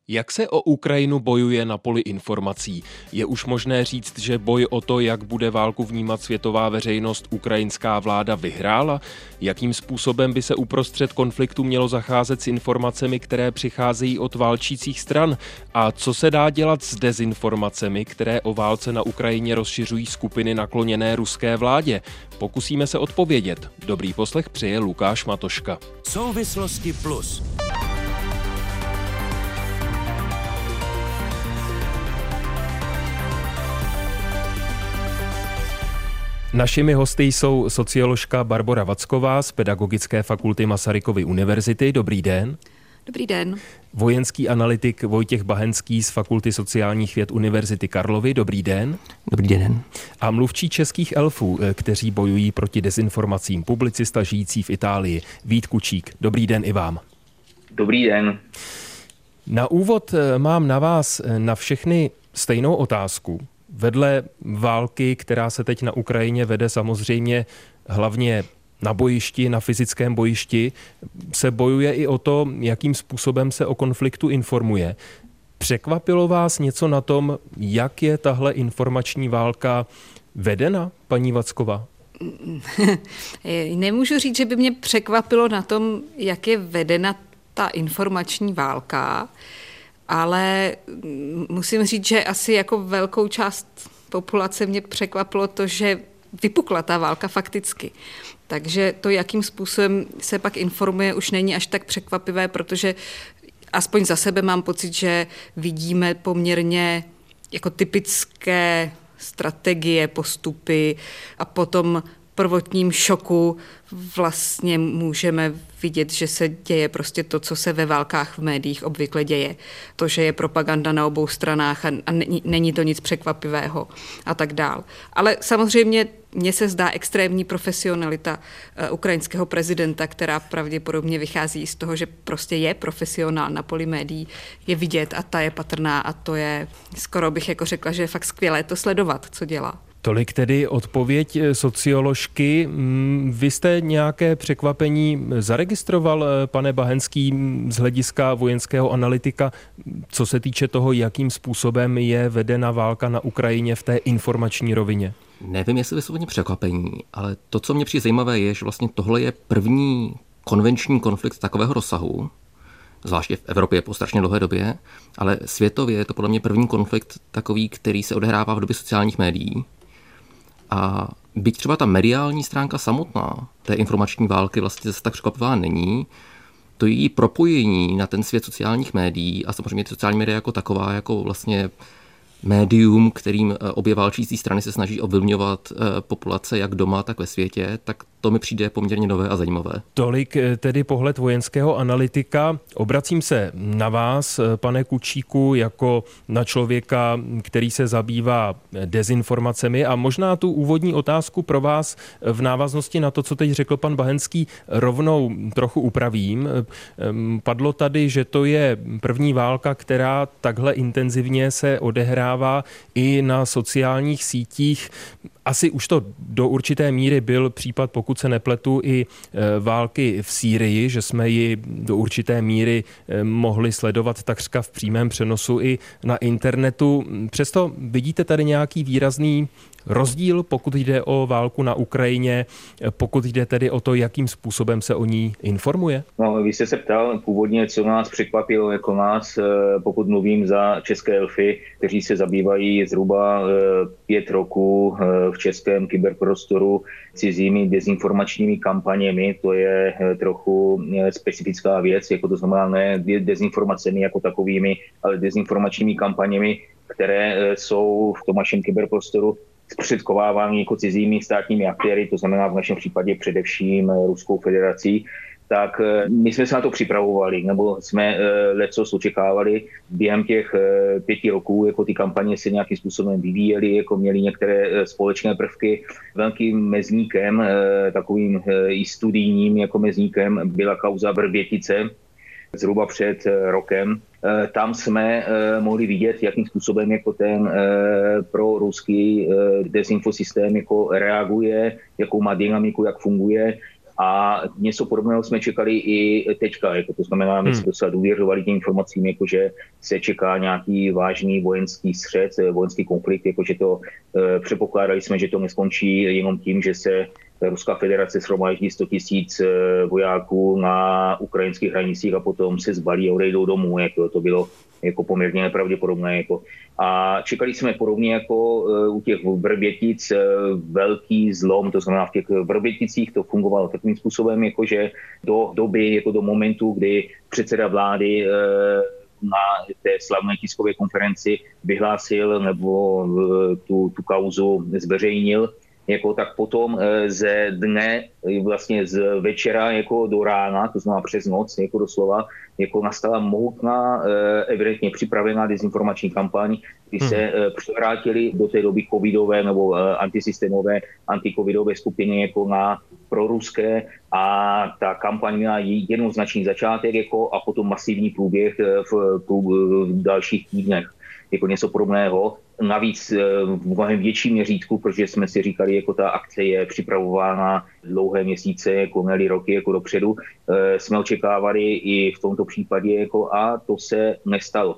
Jak se o Ukrajinu bojuje na poli informací? Je už možné říct, že boj o to, jak bude válku vnímat světová veřejnost, ukrajinská vláda vyhrála? Jakým způsobem by se uprostřed konfliktu mělo zacházet s informacemi, které přicházejí od válčících stran? A co se dá dělat s dezinformacemi, které o válce na Ukrajině rozšiřují skupiny nakloněné ruské vládě? Pokusíme se odpovědět. Dobrý poslech přeje Lukáš Matoška. Souvislosti plus. Našimi hosty jsou socioložka Barbora Vacková z Pedagogické fakulty Masarykovy univerzity. Dobrý den. Dobrý den. Vojenský analytik Vojtěch Bahenský z Fakulty sociálních věd Univerzity Karlovy. Dobrý den. Dobrý den. A mluvčí českých elfů, kteří bojují proti dezinformacím, publicista žijící v Itálii, Vít Kučík. Dobrý den i vám. Dobrý den. Na úvod mám na vás na všechny stejnou otázku. Vedle války, která se teď na Ukrajině vede samozřejmě hlavně na bojišti, na fyzickém bojišti, se bojuje i o to, jakým způsobem se o konfliktu informuje. Překvapilo vás něco na tom, jak je tahle informační válka vedena, paní Vacková? Nemůžu říct, že by mě překvapilo na tom, jak je vedena ta informační válka, ale musím říct, že asi jako velkou část populace mě překvapilo to, že vypukla ta válka fakticky. Takže to, jakým způsobem se pak informuje, už není až tak překvapivé, protože aspoň za sebe mám pocit, že vidíme poměrně jako typické strategie, postupy a potom prvotním šoku vlastně můžeme vidět, že se děje prostě to, co se ve válkách v médiích obvykle děje. To, že je propaganda na obou stranách a není to nic překvapivého a tak dál. Ale samozřejmě mně se zdá extrémní profesionalita ukrajinského prezidenta, která pravděpodobně vychází z toho, že prostě je profesionál na poli médií, je vidět a ta je patrná a to je, skoro bych jako řekla, že je fakt skvělé to sledovat, co dělá. Tolik tedy odpověď socioložky. Vy jste nějaké překvapení zaregistroval, pane Bahenský, z hlediska vojenského analytika, co se týče toho, jakým způsobem je vedena válka na Ukrajině v té informační rovině? Nevím, jestli vysloveně překvapení, ale to, co mě přijde zajímavé, je, že vlastně tohle je první konvenční konflikt takového rozsahu, zvláště v Evropě po strašně dlouhé době, ale světově je to podle mě první konflikt takový, který se odehrává v době sociálních médií. A byť třeba ta mediální stránka samotná té informační války vlastně zase tak překvapivá není, to její propojení na ten svět sociálních médií a samozřejmě sociální média jako taková, jako vlastně médium, kterým obě válčící strany se snaží ovlivňovat populace jak doma, tak ve světě, tak to mi přijde poměrně nové a zajímavé. Tolik tedy pohled vojenského analytika. Obracím se na vás, pane Kučíku, jako na člověka, který se zabývá dezinformacemi a možná tu úvodní otázku pro vás v návaznosti na to, co teď řekl pan Bahenský, rovnou trochu upravím. Padlo tady, že to je první válka, která takhle intenzivně se odehrává i na sociálních sítích. Asi už to do určité míry byl případ, pokud se nepletu, i války v Sýrii, že jsme ji do určité míry mohli sledovat takřka v přímém přenosu i na internetu. Přesto vidíte tady nějaký výrazný rozdíl, pokud jde o válku na Ukrajině, pokud jde tedy o to, jakým způsobem se o ní informuje? No, vy jste se ptal původně, co nás překvapilo jako nás, pokud mluvím za české elfy, kteří se zabývají zhruba 5 roků v českém kyberprostoru cizími dezinformačními kampaněmi. To je trochu specifická věc, jako to znamená ne dezinformacemi jako takovými, ale dezinformačními kampaněmi, které jsou v tom našem kyberprostoru zprostředkovávány jako cizími státními aktéry, to znamená v našem případě především Ruskou federací, tak my jsme se na to připravovali, nebo jsme lecos očekávali během těch 5 roků, jako ty kampaně se nějakým způsobem vyvíjely, jako měly některé společné prvky. Velkým mezníkem, takovým i studijním jako mezníkem byla kauza Vrbětice, zhruba před rokem. Tam jsme mohli vidět, jakým způsobem jako ten proruský dezinfosystém jako reaguje, jakou má dynamiku, jak funguje. A něco podobného jsme čekali i teďka, jako to znamená, my jsme docela důvěřovali těm informacím, jakože se čeká nějaký vážný vojenský střet, vojenský konflikt, jakože to předpokládali jsme, že to neskončí jenom tím, že se Ruská federace shromáždí 100 000 vojáků na ukrajinských hranicích a potom se zbalí a odejdou domů. Jako to bylo jako poměrně nepravděpodobné. Jako. A čekali jsme podobně jako u těch Vrbětic velký zlom, to znamená v těch Vrběticích to fungovalo takovým způsobem, jako že do doby, jako do momentu, kdy předseda vlády na té slavné tiskové konferenci vyhlásil nebo tu kauzu zveřejnil, jako tak potom ze dne, vlastně z večera jako do rána, to znamená přes noc, jako doslova, jako nastala mohutná, evidentně připravená dezinformační kampaň, kdy se převrátili do té doby covidové nebo antisystémové, antikovidové skupiny jako na proruské a ta kampaň měla jednoznačný začátek jako a potom masivní průběh v dalších týdnech. Jako něco podobného. Navíc v mnohem větším měřítku, protože jsme si říkali, jako ta akce je připravována dlouhé měsíce, jako ne roky jako dopředu, jsme očekávali i v tomto případě jako a to se nestalo.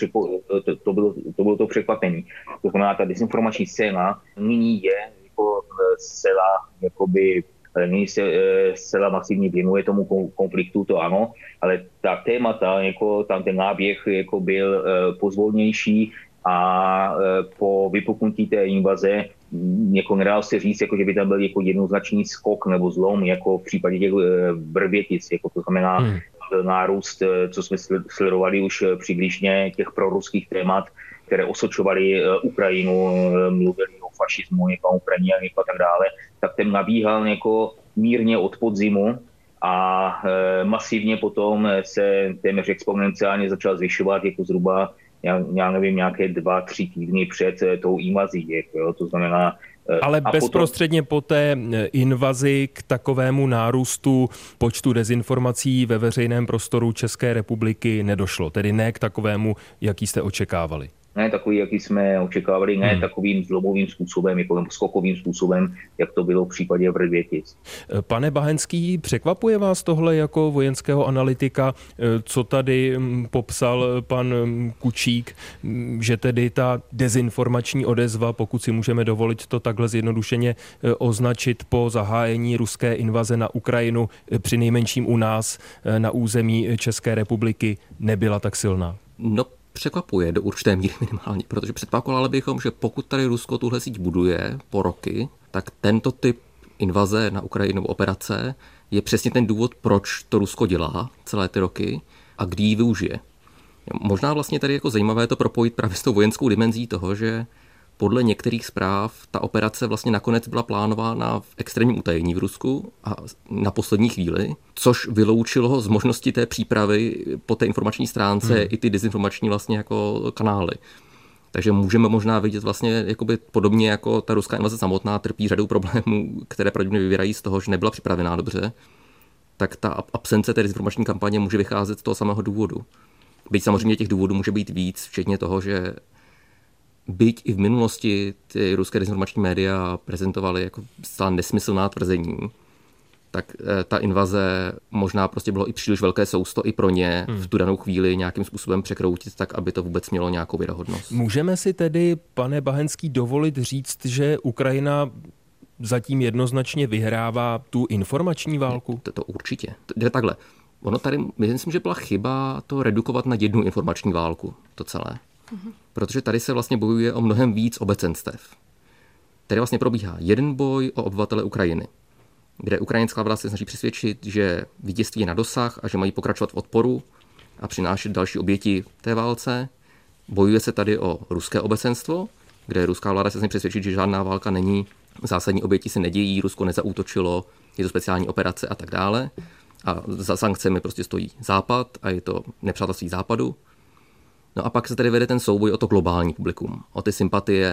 To bylo to překvapení. To znamená, ta dezinformační scéna nyní je jako zcela jakoby nyní se zcela masivně věnuje tomu konfliktu, to ano, ale ta témata, jako tam ten náběh jako byl pozvolnější a po vypuknutí té invaze jako nedal se říct, jako, že by tam byl jako jednoznačný skok nebo zlom, jako v případě těch Vrbětic, jako to znamená nárůst, co jsme sledovali už přibližně těch proruských témat, které osočovaly Ukrajinu, mluvili o fašismu, jako Ukrajině a tak dále, tak ten nabíhal jako mírně od podzimu a masivně potom se téměř exponenciálně začal zvyšovat jako zhruba, já nevím, nějaké 2-3 týdny před tou invazí. Jako, to znamená, ale bezprostředně po té invazi k takovému nárůstu počtu dezinformací ve veřejném prostoru České republiky nedošlo. Tedy ne k takovému, jaký jste očekávali. Ne takový, jaký jsme očekávali, ne takovým zlomovým způsobem, jako skokovým způsobem, jak to bylo v případě Vrbětic. Pane Bahenský, překvapuje vás tohle jako vojenského analytika, co tady popsal pan Kučík, že tedy ta dezinformační odezva, pokud si můžeme dovolit to takhle zjednodušeně označit po zahájení ruské invaze na Ukrajinu, přinejmenším u nás na území České republiky, nebyla tak silná? No, překvapuje do určité míry minimálně, protože předpokládali bychom, že pokud tady Rusko tuhle síť buduje po roky, tak tento typ invaze na Ukrajinu, operace, je přesně ten důvod, proč to Rusko dělá celé ty roky a kdy ji využije. Možná vlastně tady jako zajímavé to propojit právě s tou vojenskou dimenzí toho, že podle některých zpráv ta operace vlastně nakonec byla plánována v extrémním utajení v Rusku a na poslední chvíli, což vyloučilo z možnosti té přípravy po té informační stránce i ty dezinformační vlastně jako kanály. Takže můžeme možná vidět vlastně jakoby podobně jako ta ruská invaze samotná trpí řadou problémů, které pravděpodobně vyvírají z toho, že nebyla připravená dobře, tak ta absence té dezinformační kampaně může vycházet z toho samého důvodu. Byť samozřejmě těch důvodů může být víc, včetně toho, že byť i v minulosti ty ruské dezinformační média prezentovaly jako zcela nesmyslná tvrzení, tak ta invaze možná prostě bylo i příliš velké sousto i pro ně v tu danou chvíli nějakým způsobem překroutit tak, aby to vůbec mělo nějakou věrohodnost. Můžeme si tedy, pane Bahenský, dovolit říct, že Ukrajina zatím jednoznačně vyhrává tu informační válku? To určitě. Jde takhle. Ono tady, myslím, že byla chyba to redukovat na jednu informační válku, to celé. Protože tady se vlastně bojuje o mnohem víc obecenstev. Tady vlastně probíhá jeden boj o obyvatele Ukrajiny, kde ukrajinská vláda se snaží přesvědčit, že vítězství je na dosah a že mají pokračovat v odporu a přinášet další oběti té válce. Bojuje se tady o ruské obecenstvo, kde ruská vláda se snaží přesvědčit, že žádná válka není, zásadní oběti se nedějí, Rusko nezaútočilo, je to speciální operace a tak dále. A za sankcemi prostě stojí Západ a je to nepřátelství Západu. No a pak se tady vede ten souboj o to globální publikum, o ty sympatie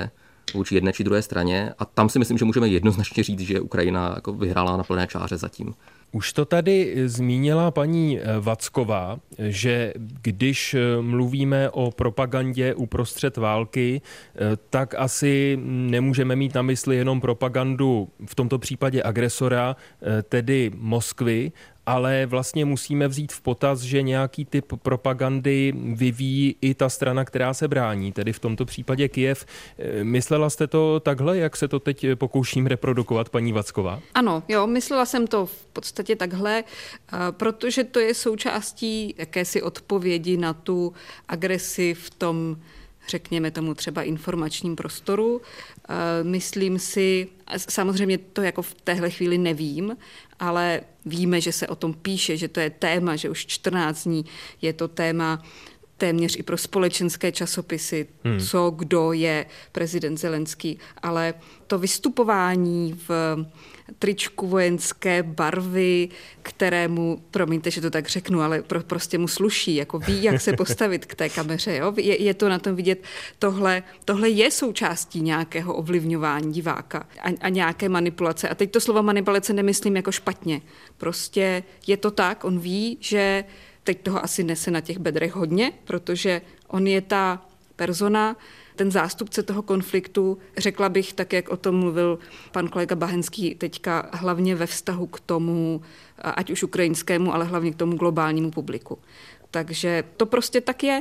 vůči jedné či druhé straně a tam si myslím, že můžeme jednoznačně říct, že Ukrajina jako vyhrála na plné čáře zatím. Už to tady zmínila paní Vacková, že když mluvíme o propagandě uprostřed války, tak asi nemůžeme mít na mysli jenom propagandu, v tomto případě agresora, tedy Moskvy, ale vlastně musíme vzít v potaz, že nějaký typ propagandy vyvíjí i ta strana, která se brání, tedy v tomto případě Kyjev. Myslela jste to takhle, jak se to teď pokouším reprodukovat, paní Vacková? Ano, jo, myslela jsem to v podstatě takhle, protože to je součástí jakési odpovědi na tu agresi v tom, řekněme tomu třeba informačním prostoru. Myslím si, samozřejmě to jako v téhle chvíli nevím, ale víme, že se o tom píše, že to je téma, že už 14 dní je to téma téměř i pro společenské časopisy, co, kdo je prezident Zelenský, ale to vystupování v tričku vojenské barvy, kterému, promiňte, že to tak řeknu, ale prostě mu sluší, jako ví, jak se postavit k té kameře. Jo? Je to na tom vidět, tohle je součástí nějakého ovlivňování diváka a nějaké manipulace. A teď to slovo manipulace nemyslím jako špatně. Prostě je to tak, on ví, že teď toho asi nese na těch bedrech hodně, protože on je ta persona, ten zástupce toho konfliktu, řekla bych, tak jak o tom mluvil pan kolega Bahenský teďka, hlavně ve vztahu k tomu, ať už ukrajinskému, ale hlavně k tomu globálnímu publiku. Takže to prostě tak je.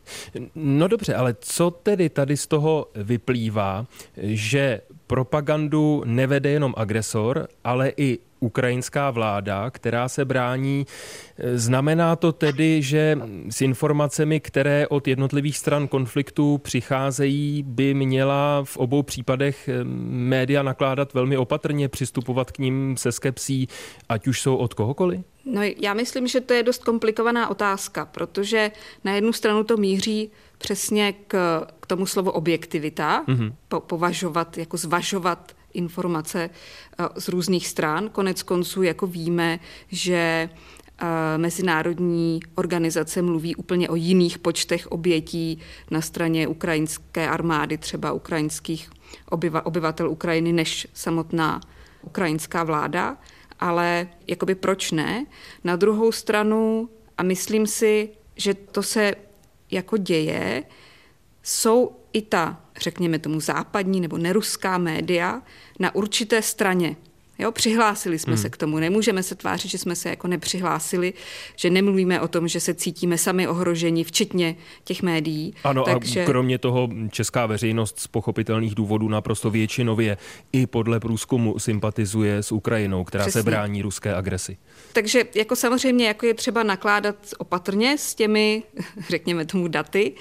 No dobře, ale co tedy tady z toho vyplývá, že propagandu nevede jenom agresor, ale i ukrajinská vláda, která se brání. Znamená to tedy, že s informacemi, které od jednotlivých stran konfliktu přicházejí, by měla v obou případech média nakládat velmi opatrně, přistupovat k nim se skepsí, ať už jsou od kohokoliv? No, já myslím, že to je dost komplikovaná otázka, protože na jednu stranu to míří přesně k tomu slovu objektivita, považovat, jako zvažovat informace z různých stran. Konec konců, jako víme, že mezinárodní organizace mluví úplně o jiných počtech obětí na straně ukrajinské armády, třeba ukrajinských obyvatel Ukrajiny, než samotná ukrajinská vláda. Ale jakoby proč ne? Na druhou stranu, a myslím si, že to se jako děje, jsou i ta, řekněme tomu, západní nebo neruská média na určité straně. Jo, přihlásili jsme se k tomu. Nemůžeme se tvářit, že jsme se jako nepřihlásili, že nemluvíme o tom, že se cítíme sami ohroženi, včetně těch médií. Ano, takže... a kromě toho česká veřejnost z pochopitelných důvodů naprosto většinově i podle průzkumu sympatizuje s Ukrajinou, která se brání ruské agresi. Takže jako samozřejmě jako je třeba nakládat opatrně s těmi, řekněme tomu, daty,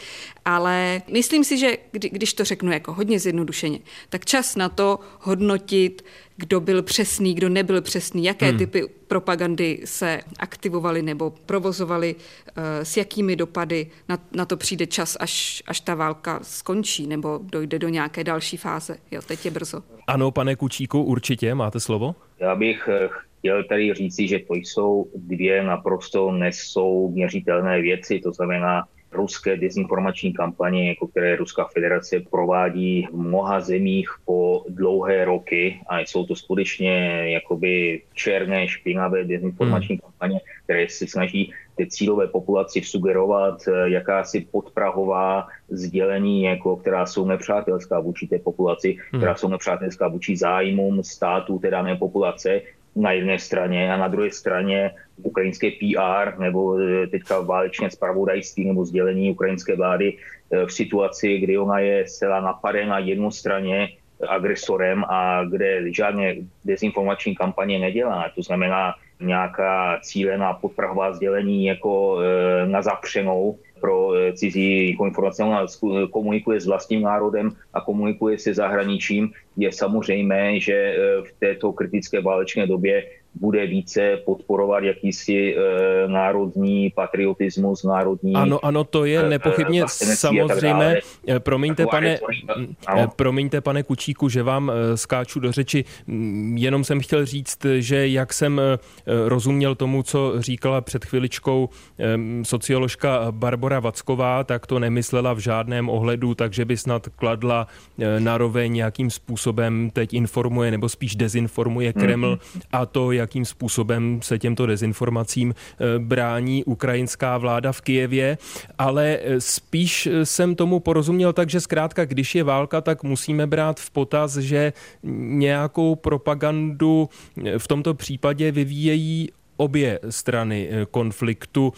ale myslím si, že když to řeknu jako hodně zjednodušeně, tak čas na to hodnotit, kdo byl přesný, kdo nebyl přesný, jaké typy propagandy se aktivovaly nebo provozovaly, s jakými dopady. Na to přijde čas, až ta válka skončí nebo dojde do nějaké další fáze. Jo, teď je brzo. Ano, pane Kučíku, určitě, máte slovo? Já bych chtěl tady říci, že to jsou dvě naprosto nesouměřitelné věci, to znamená ruské dezinformační kampaně, jako které Ruská federace provádí v mnoha zemích po dlouhé roky a jsou to skutečně jakoby černé, špinavé dezinformační kampaně, které se snaží té cílové populaci sugerovat jakási podprahová sdělení, jako, která jsou nepřátelská vůči té populaci, která jsou nepřátelská vůči zájmům státu té dané populace na jedné straně a na druhé straně ukrajinské PR nebo teďka válečné zpravodajství nebo sdělení ukrajinské vlády v situaci, kdy ona je zcela napadena jednostranně agresorem a kde žádné dezinformační kampaně nedělá. To znamená nějaká cílená podprahová sdělení jako na zapřenou pro cizí informace. Ona komunikuje s vlastním národem a komunikuje se zahraničím. Je samozřejmé, že v této kritické válečné době bude více podporovat jakýsi národní patriotismus, národní... Ano, to je nepochybně samozřejmě. Promiňte, pane Kučíku, že vám skáču do řeči. Jenom jsem chtěl říct, že jak jsem rozuměl tomu, co říkala před chviličkou socioložka Barbora Vacková, tak to nemyslela v žádném ohledu, takže by snad kladla naroveň, jakým způsobem teď informuje nebo spíš dezinformuje Kreml a to, jakým způsobem se těmto dezinformacím brání ukrajinská vláda v Kyjevě, ale spíš jsem tomu porozuměl tak, že zkrátka, když je válka, tak musíme brát v potaz, že nějakou propagandu v tomto případě vyvíjejí obě strany konfliktu.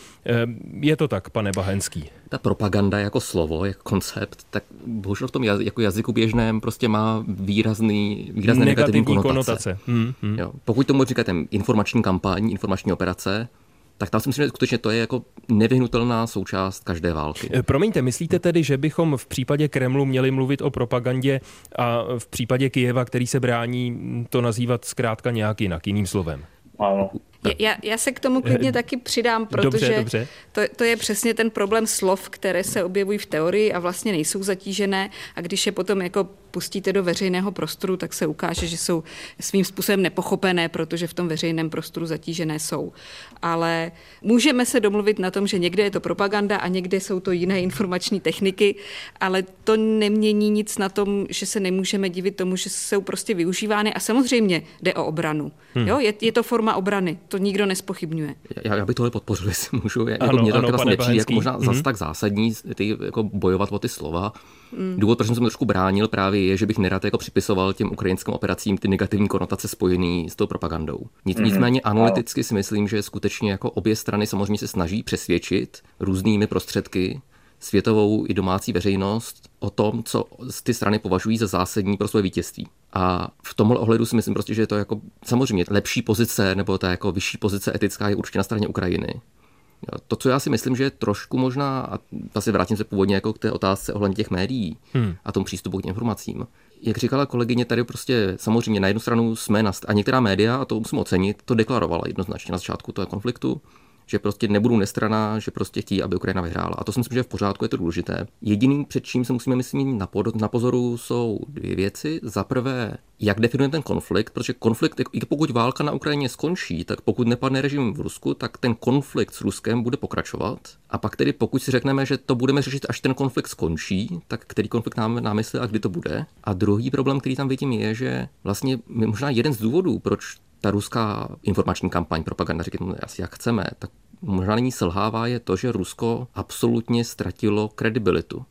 Je to tak, pane Bahenský? Ta propaganda jako slovo, jako koncept, tak bohužel v tom jako jazyku běžném prostě má výrazné negativní konotace. Jo, pokud tomu říkáte informační kampaň, informační operace, tak tam si myslím, že skutečně to je jako nevyhnutelná součást každé války. Promiňte, myslíte tedy, že bychom v případě Kremlu měli mluvit o propagandě a v případě Kyjeva, který se brání, to nazývat zkrátka nějak jinak, jiným slovem? Ano. Já se k tomu klidně taky přidám, protože dobře. To je přesně ten problém slov, které se objevují v teorii a vlastně nejsou zatížené a když je potom jako pustíte do veřejného prostoru, tak se ukáže, že jsou svým způsobem nepochopené, protože v tom veřejném prostoru zatížené jsou. Ale můžeme se domluvit na tom, že někde je to propaganda a někde jsou to jiné informační techniky, ale to nemění nic na tom, že se nemůžeme divit tomu, že jsou prostě využívány a samozřejmě jde o obranu. Jo? Je to forma obrany, to nikdo nespochybňuje. Já bych tohle podpořil, jestli můžu. Mně to vlastně nepřijde jako možná zas tak zásadní jako bojovat o ty slova. Důvod, proč jsem se trošku bránil, právě je, že bych nerad jako připisoval těm ukrajinským operacím ty negativní konotace spojené s tou propagandou. Nicméně analyticky si myslím, že skutečně jako obě strany samozřejmě se snaží přesvědčit různými prostředky světovou i domácí veřejnost o tom, co ty strany považují za zásadní pro své vítězství. A v tomhle ohledu si myslím prostě, že je to jako samozřejmě lepší pozice nebo ta jako vyšší pozice etická je určitě na straně Ukrajiny. To, co já si myslím, že je trošku možná, a zase vrátím se původně jako k té otázce ohledně těch médií a tomu přístupu k informacím. Jak říkala kolegyně, tady prostě samozřejmě na jednu stranu jsme a některá média, a to musím ocenit, to deklarovala jednoznačně na začátku toho konfliktu, že prostě nebudou nestranná, že prostě chtějí, aby Ukrajina vyhrála. A to si myslím, že je v pořádku, je to důležité. Jediným, před čím se musíme myslím na pozoru, jsou dvě věci. Za prvé, jak definujeme ten konflikt, protože konflikt, i pokud válka na Ukrajině skončí, tak pokud nepadne režim v Rusku, tak ten konflikt s Ruskem bude pokračovat. A pak tedy, pokud si řekneme, že to budeme řešit, až ten konflikt skončí, tak který konflikt máme na mysli a kdy to bude. A druhý problém, který tam vidím, je, že vlastně možná jeden z důvodů, proč ta ruská informační kampaň, propaganda, říkáme asi jak chceme, tak možná není selhává, je to, že Rusko absolutně ztratilo kredibilitu.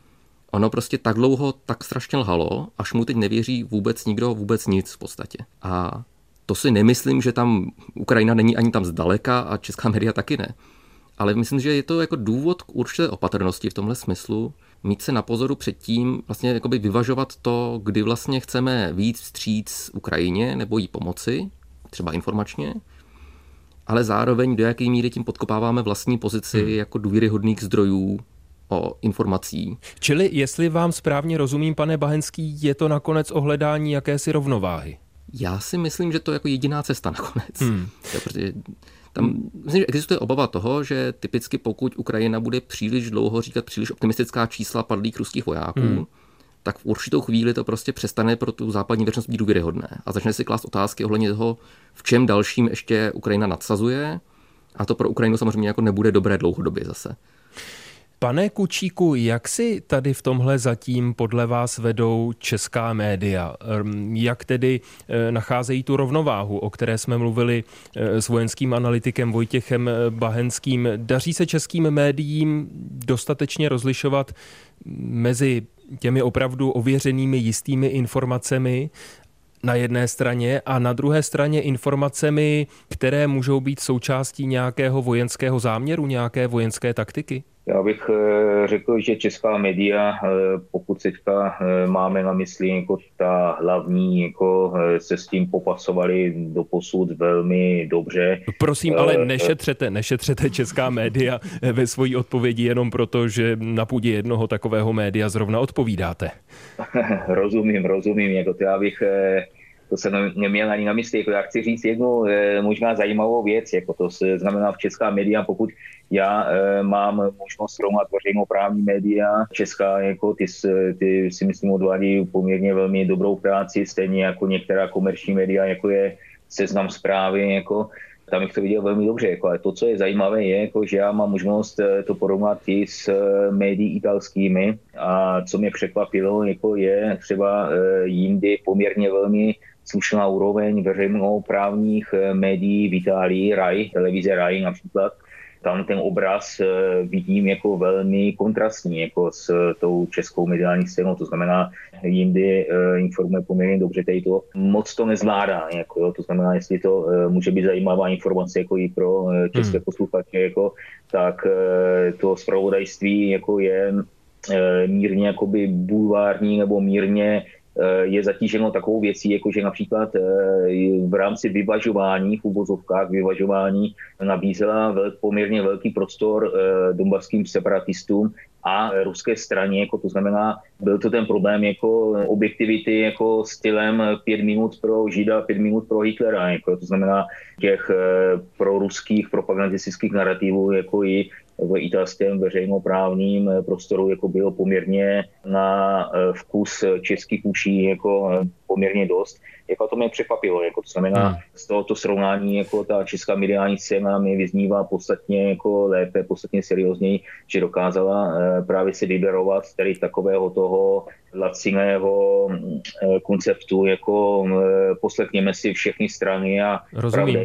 Ono prostě tak dlouho tak strašně lhalo, až mu teď nevěří vůbec nikdo, vůbec nic v podstatě. A to si nemyslím, že tam Ukrajina není ani tam zdaleka a česká média taky ne. Ale myslím, že je to jako důvod k určité opatrnosti v tomhle smyslu, mít se na pozoru před tím, vlastně jakoby vyvažovat to, kdy vlastně chceme víc vstříc Ukrajině nebo jí pomoci, třeba informačně, ale zároveň do jaké míry tím podkopáváme vlastní pozici jako důvěryhodných zdrojů o informací. Čili, jestli vám správně rozumím, pane Bahenský, je to nakonec o hledání jakési rovnováhy? Já si myslím, že to je jako jediná cesta nakonec. Protože tam myslím, že existuje obava toho, že typicky pokud Ukrajina bude příliš dlouho říkat příliš optimistická čísla padlých ruských vojáků, tak v určitou chvíli to prostě přestane pro tu západní veřejnost být důvěryhodné. A začne si klást otázky ohledně toho, v čem dalším ještě Ukrajina nadsazuje. A to pro Ukrajinu samozřejmě jako nebude dobré dlouhodobě zase. Pane Kučíku, jak si tady v tomhle zatím podle vás vedou česká média? Jak tedy nacházejí tu rovnováhu, o které jsme mluvili s vojenským analytikem Vojtěchem Bahenským? Daří se českým médiím dostatečně rozlišovat mezi těmi opravdu ověřenými jistými informacemi na jedné straně a na druhé straně informacemi, které můžou být součástí nějakého vojenského záměru, nějaké vojenské taktiky? Já bych řekl, že česká média, pokud teďka máme na mysli jako ta hlavní, jako se s tím popasovali doposud velmi dobře. Prosím, ale nešetřete česká média ve svojí odpovědi jenom proto, že na půdě jednoho takového média zrovna odpovídáte. Rozumím. Jako to já bych to jsem neměl ani na mysli. Jako já chci říct jednu možná zajímavou věc, jako to se znamená v česká média, pokud já mám možnost srovnat veřejnoprávní média, česká, jako ty si myslím odvádí poměrně velmi dobrou práci, stejně jako některá komerční média, jako je Seznam Zprávy, jako tam bych to viděl velmi dobře, jako, ale to, co je zajímavé, je, jako, že já mám možnost to porovnat i s médií italskými a co mě překvapilo, jako je třeba jindy poměrně velmi slušná úroveň veřejnoprávních médií v Itálii, RAI, televize RAI například. Tam ten obraz vidím jako velmi kontrastní jako s tou českou mediální scénou, to znamená, jindy informuje poměrně dobře, tady to moc to nezvládá, jako, jo, to znamená, jestli to může být zajímavá informace jako i pro české posluchače, jako, tak to zpravodajství jako je mírně jakoby bulvární nebo mírně je zatíženo takovou věcí, jako že například v rámci vyvažování, v uvozovkách vyvažování nabízela poměrně velký prostor donbaským separatistům a ruské straně, jako to znamená, byl to ten problém jako objektivity jako stylem 5 minut pro Žida, 5 minut pro Hitlera, jako to znamená těch proruských propagandistických narrativů, jako i v italském veřejnoprávním prostoru jako bylo poměrně na vkus českých uší jako poměrně dost. Jako to mě překvapilo, jako to znamená z tohoto srovnání jako ta česká mediální scéna mi vyznívá podstatně jako lépe, podstatně seriózněji, že dokázala právě se vyberovat tady takového toho laciného konceptu, jako poslechněme si všechny strany a pravda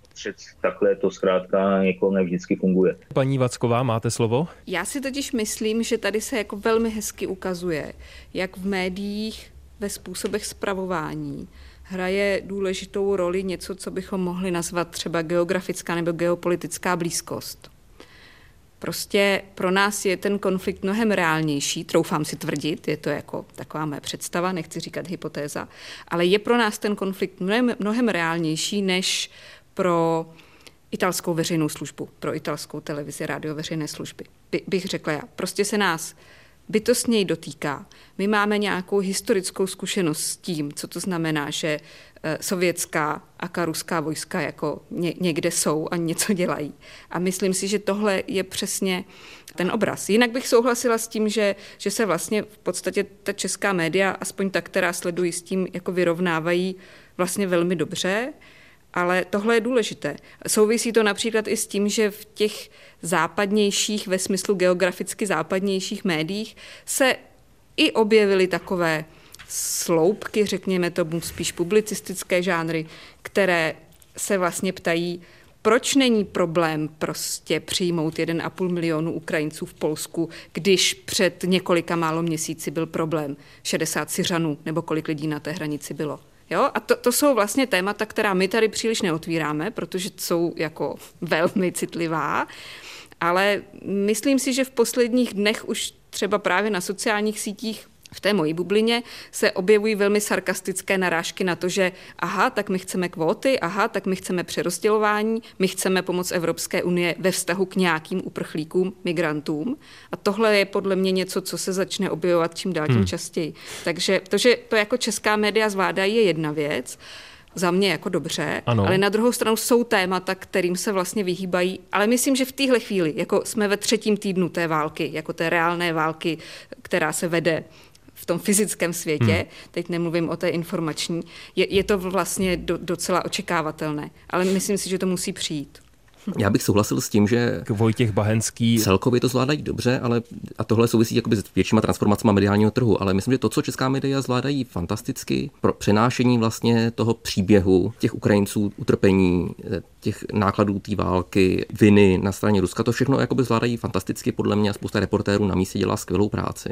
takhle to zkrátka jako nevždycky funguje. Paní Vacková, máte slovo? Já si totiž myslím, že tady se jako velmi hezky ukazuje, jak v médiích ve způsobech spravování hraje důležitou roli něco, co bychom mohli nazvat třeba geografická nebo geopolitická blízkost. Prostě pro nás je ten konflikt mnohem reálnější, troufám si tvrdit, je to jako taková mé představa, nechci říkat hypotéza, ale je pro nás ten konflikt mnohem reálnější než pro italskou veřejnou službu, pro italskou televizi, rádio veřejné služby. Bych řekla já. Prostě se nás bytostněji dotýká. My máme nějakou historickou zkušenost s tím, co to znamená, že sovětská a ruská vojska jako někde jsou a něco dělají. A myslím si, že tohle je přesně ten obraz. Jinak bych souhlasila s tím, že se vlastně v podstatě ta česká média, aspoň ta, která sledují, s tím jako vyrovnávají vlastně velmi dobře. Ale tohle je důležité. Souvisí to například i s tím, že v těch západnějších, ve smyslu geograficky západnějších médiích se i objevily takové sloupky, řekněme tomu spíš publicistické žánry, které se vlastně ptají, proč není problém prostě přijmout 1,5 milionu Ukrajinců v Polsku, když před několika málo měsíci byl problém 60 Syřanů, nebo kolik lidí na té hranici bylo. Jo? A to jsou vlastně témata, která my tady příliš neotvíráme, protože jsou jako velmi citlivá, ale myslím si, že v posledních dnech už třeba právě na sociálních sítích v té mojí bublině se objevují velmi sarkastické narážky na to, že aha, tak my chceme kvóty, aha, tak my chceme přerozdělování, my chceme pomoc Evropské unie ve vztahu k nějakým uprchlíkům, migrantům. A tohle je podle mě něco, co se začne objevovat čím dál tím častěji. Takže to, že to jako česká média zvládají, je jedna věc, za mě jako dobře, ano. Ale na druhou stranu jsou témata, kterým se vlastně vyhýbají, ale myslím, že v téhle chvíli, jako jsme ve 3. týdnu té války, jako té reálné války, která se vede v tom fyzickém světě, teď nemluvím o té informační, je to vlastně docela očekávatelné, ale myslím si, že to musí přijít. Já bych souhlasil s tím, že Vojtěch Bahenský celkově to zvládají dobře, ale a tohle souvisí jakoby s většíma transformacemi mediálního trhu, ale myslím, že to, co česká média zvládají fantasticky pro přenášení vlastně toho příběhu těch Ukrajinců, utrpení, těch nákladů té války, viny na straně Ruska, to všechno jakoby zvládají fantasticky, podle mě, a spousta reportérů na místě dělá skvělou práci.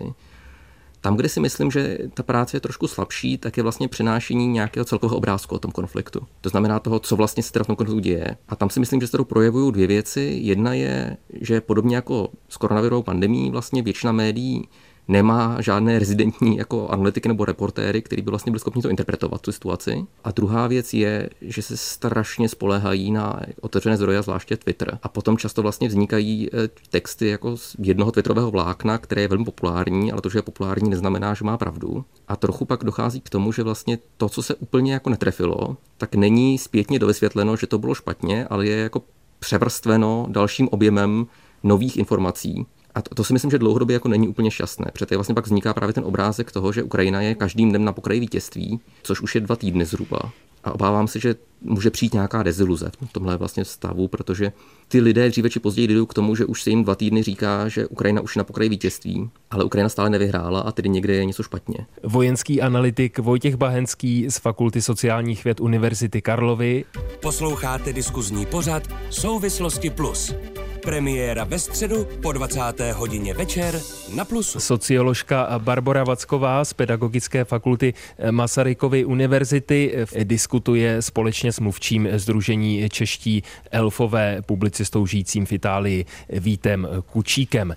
Tam, kde si myslím, že ta práce je trošku slabší, tak je vlastně přenášení nějakého celkového obrázku o tom konfliktu. To znamená toho, co vlastně se teda v tom konfliktu děje. A tam si myslím, že se tady projevují 2 věci. Jedna je, že podobně jako s koronavirovou pandemií vlastně většina médií nemá žádné rezidentní jako analytiky nebo reportéry, který by vlastně byl schopni to interpretovat, tu situaci. A druhá věc je, že se strašně spoléhají na otevřené zdroje, zvláště Twitter. A potom často vlastně vznikají texty jako z jednoho twitterového vlákna, které je velmi populární, ale to, že je populární, neznamená, že má pravdu. A trochu pak dochází k tomu, že vlastně to, co se úplně jako netrefilo, tak není zpětně dovysvětleno, že to bylo špatně, ale je jako převrstveno dalším objemem nových informací. A to si myslím, že dlouhodobě jako není úplně šťastné, protože vlastně pak vzniká právě ten obrázek toho, že Ukrajina je každým dnem na pokraji vítězství, což už je 2 týdny zhruba. A obávám se, že může přijít nějaká deziluze v tomhle vlastně stavu, protože ty lidé dříve či později jdou k tomu, že už se jim 2 týdny říká, že Ukrajina už je na pokraji vítězství, ale Ukrajina stále nevyhrála a tedy někde je něco špatně. Vojenský analytik Vojtěch Bahenský z Fakulty sociálních věd Univerzity Karlovy. Posloucháte diskuzní pořad Souvislosti plus. Premiéra ve středu po 20. hodině večer na Plusu. Socioložka Barbora Vacková z Pedagogické fakulty Masarykovy univerzity diskutuje společně s mluvčím sdružení Čeští elfové, publicistou žijícím v Itálii Vítem Kučíkem.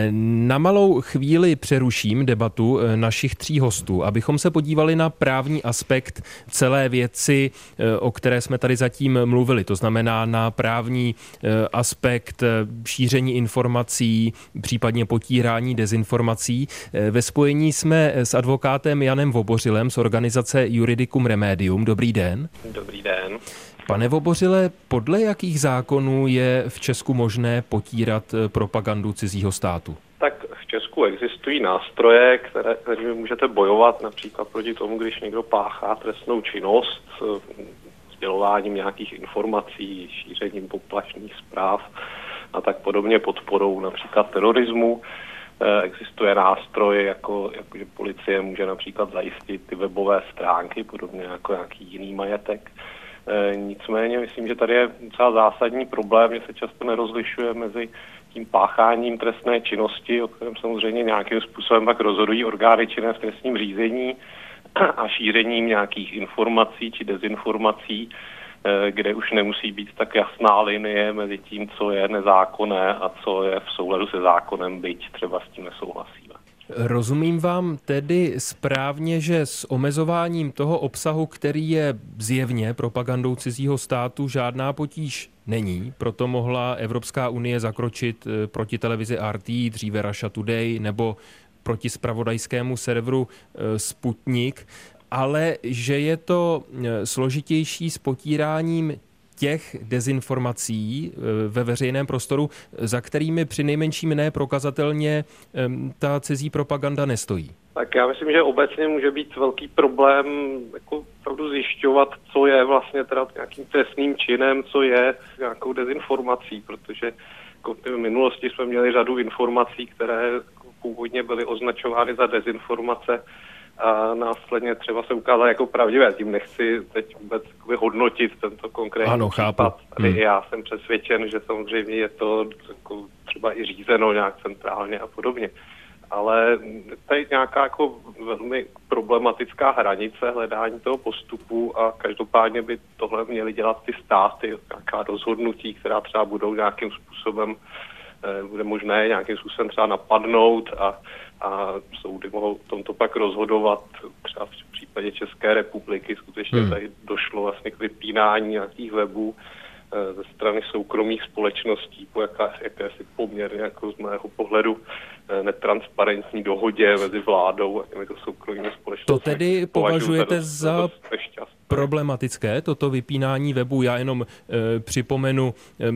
Na malou chvíli přeruším debatu našich 3 hostů, abychom se podívali na právní aspekt celé věci, o které jsme tady zatím mluvili. To znamená na právní aspekt šíření informací, případně potírání dezinformací. Ve spojení jsme s advokátem Janem Vobořilem z organizace Juridicum Remedium. Dobrý den. Dobrý den. Pane Vobořile, podle jakých zákonů je v Česku možné potírat propagandu cizího státu? Tak v Česku existují nástroje, kterými můžete bojovat například proti tomu, když někdo páchá trestnou činnost, sdělováním nějakých informací, šířením poplašných zpráv a tak podobně, podporou například terorismu. Existuje nástroj, jako že policie může například zajistit ty webové stránky, podobně jako nějaký jiný majetek. Nicméně myslím, že tady je docela zásadní problém, že se často nerozlišuje mezi tím pácháním trestné činnosti, o kterém samozřejmě nějakým způsobem pak rozhodují orgány činné v trestním řízení, a šířením nějakých informací či dezinformací, kde už nemusí být tak jasná linie mezi tím, co je nezákonné a co je v souladu se zákonem, byť třeba s tím nesouhlasíme. Rozumím vám tedy správně, že s omezováním toho obsahu, který je zjevně propagandou cizího státu, žádná potíž není. Proto mohla Evropská unie zakročit proti televizi RT, dříve Russia Today, nebo proti zpravodajskému serveru Sputnik, ale že je to složitější s potíráním těch dezinformací ve veřejném prostoru, za kterými přinejmenším ne prokazatelně ta cizí propaganda nestojí. Tak já myslím, že obecně může být velký problém jako opravdu zjišťovat, co je vlastně teda nějakým trestným činem, co je nějakou dezinformací, protože jako v minulosti jsme měli řadu informací, které původně byly označovány za dezinformace a následně třeba se ukázalo jako pravdivé. Tím nechci teď vůbec hodnotit tento konkrétní případ. Já jsem přesvědčen, že samozřejmě je to jako třeba i řízeno nějak centrálně a podobně. Ale tady nějaká jako velmi problematická hranice hledání toho postupu a každopádně by tohle měly dělat ty státy, nějaká rozhodnutí, která třeba budou nějakým způsobem bude možné nějakým způsobem třeba napadnout a soudy mohou tomto pak rozhodovat. Třeba v případě České republiky skutečně tady došlo vlastně k vypínání nějakých webů ze strany soukromých společností po jakési poměrně jako z mého pohledu netransparentní dohodě mezi vládou a těmito soukromými společnostmi. To tedy považujete za problematické, toto vypínání webu? Já jenom připomenu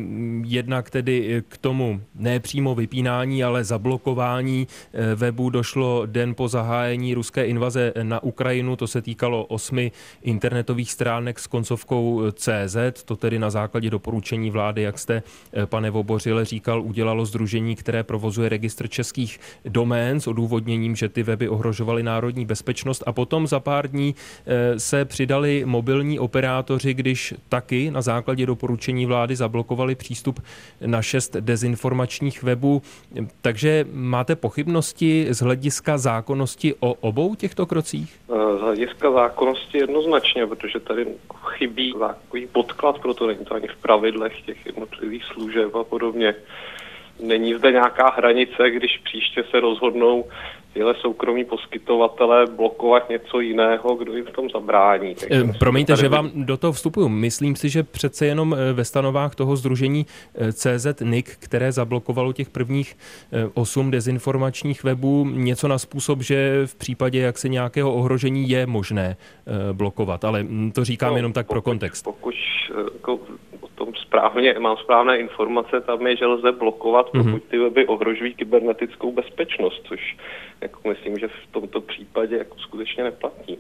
jednak tedy k tomu ne přímo vypínání, ale zablokování webu došlo den po zahájení ruské invaze na Ukrajinu. To se týkalo 8 internetových stránek s koncovkou CZ. To tedy na základě doporučení vlády, jak jste, pane Vobořile, říkal, udělalo sdružení, které provozuje registr českých domén s odůvodněním, že ty weby ohrožovaly národní bezpečnost, a potom za pár dní se přidali mobilní operátoři, když taky na základě doporučení vlády zablokovali přístup na 6 dezinformačních webů. Takže máte pochybnosti z hlediska zákonnosti o obou těchto krocích? Z hlediska zákonnosti jednoznačně, protože tady chybí takový podklad, proto není to ani v pravidlech těch jednotlivých služeb a podobně. Není zde nějaká hranice, když příště se rozhodnou tyhle soukromí poskytovatelé blokovat něco jiného, kdo jim v tom zabrání. Promiňte, že vám do toho vstupuju. Myslím si, že přece jenom ve stanovách toho sdružení CZ.NIC, které zablokovalo těch prvních 8 dezinformačních webů, něco na způsob, že v případě jaksi nějakého ohrožení je možné blokovat. Ale to říkám jenom tak pro kontext. Pokud jako o tom mám správné informace, tam je, že lze blokovat, pokud ty weby ohrožují kybernetickou bezpečnost, což jako myslím, že v tomto případě jako skutečně neplatí.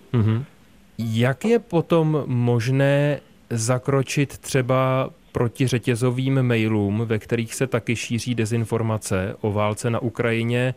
Jak je potom možné zakročit třeba proti řetězovým mailům, ve kterých se taky šíří dezinformace o válce na Ukrajině?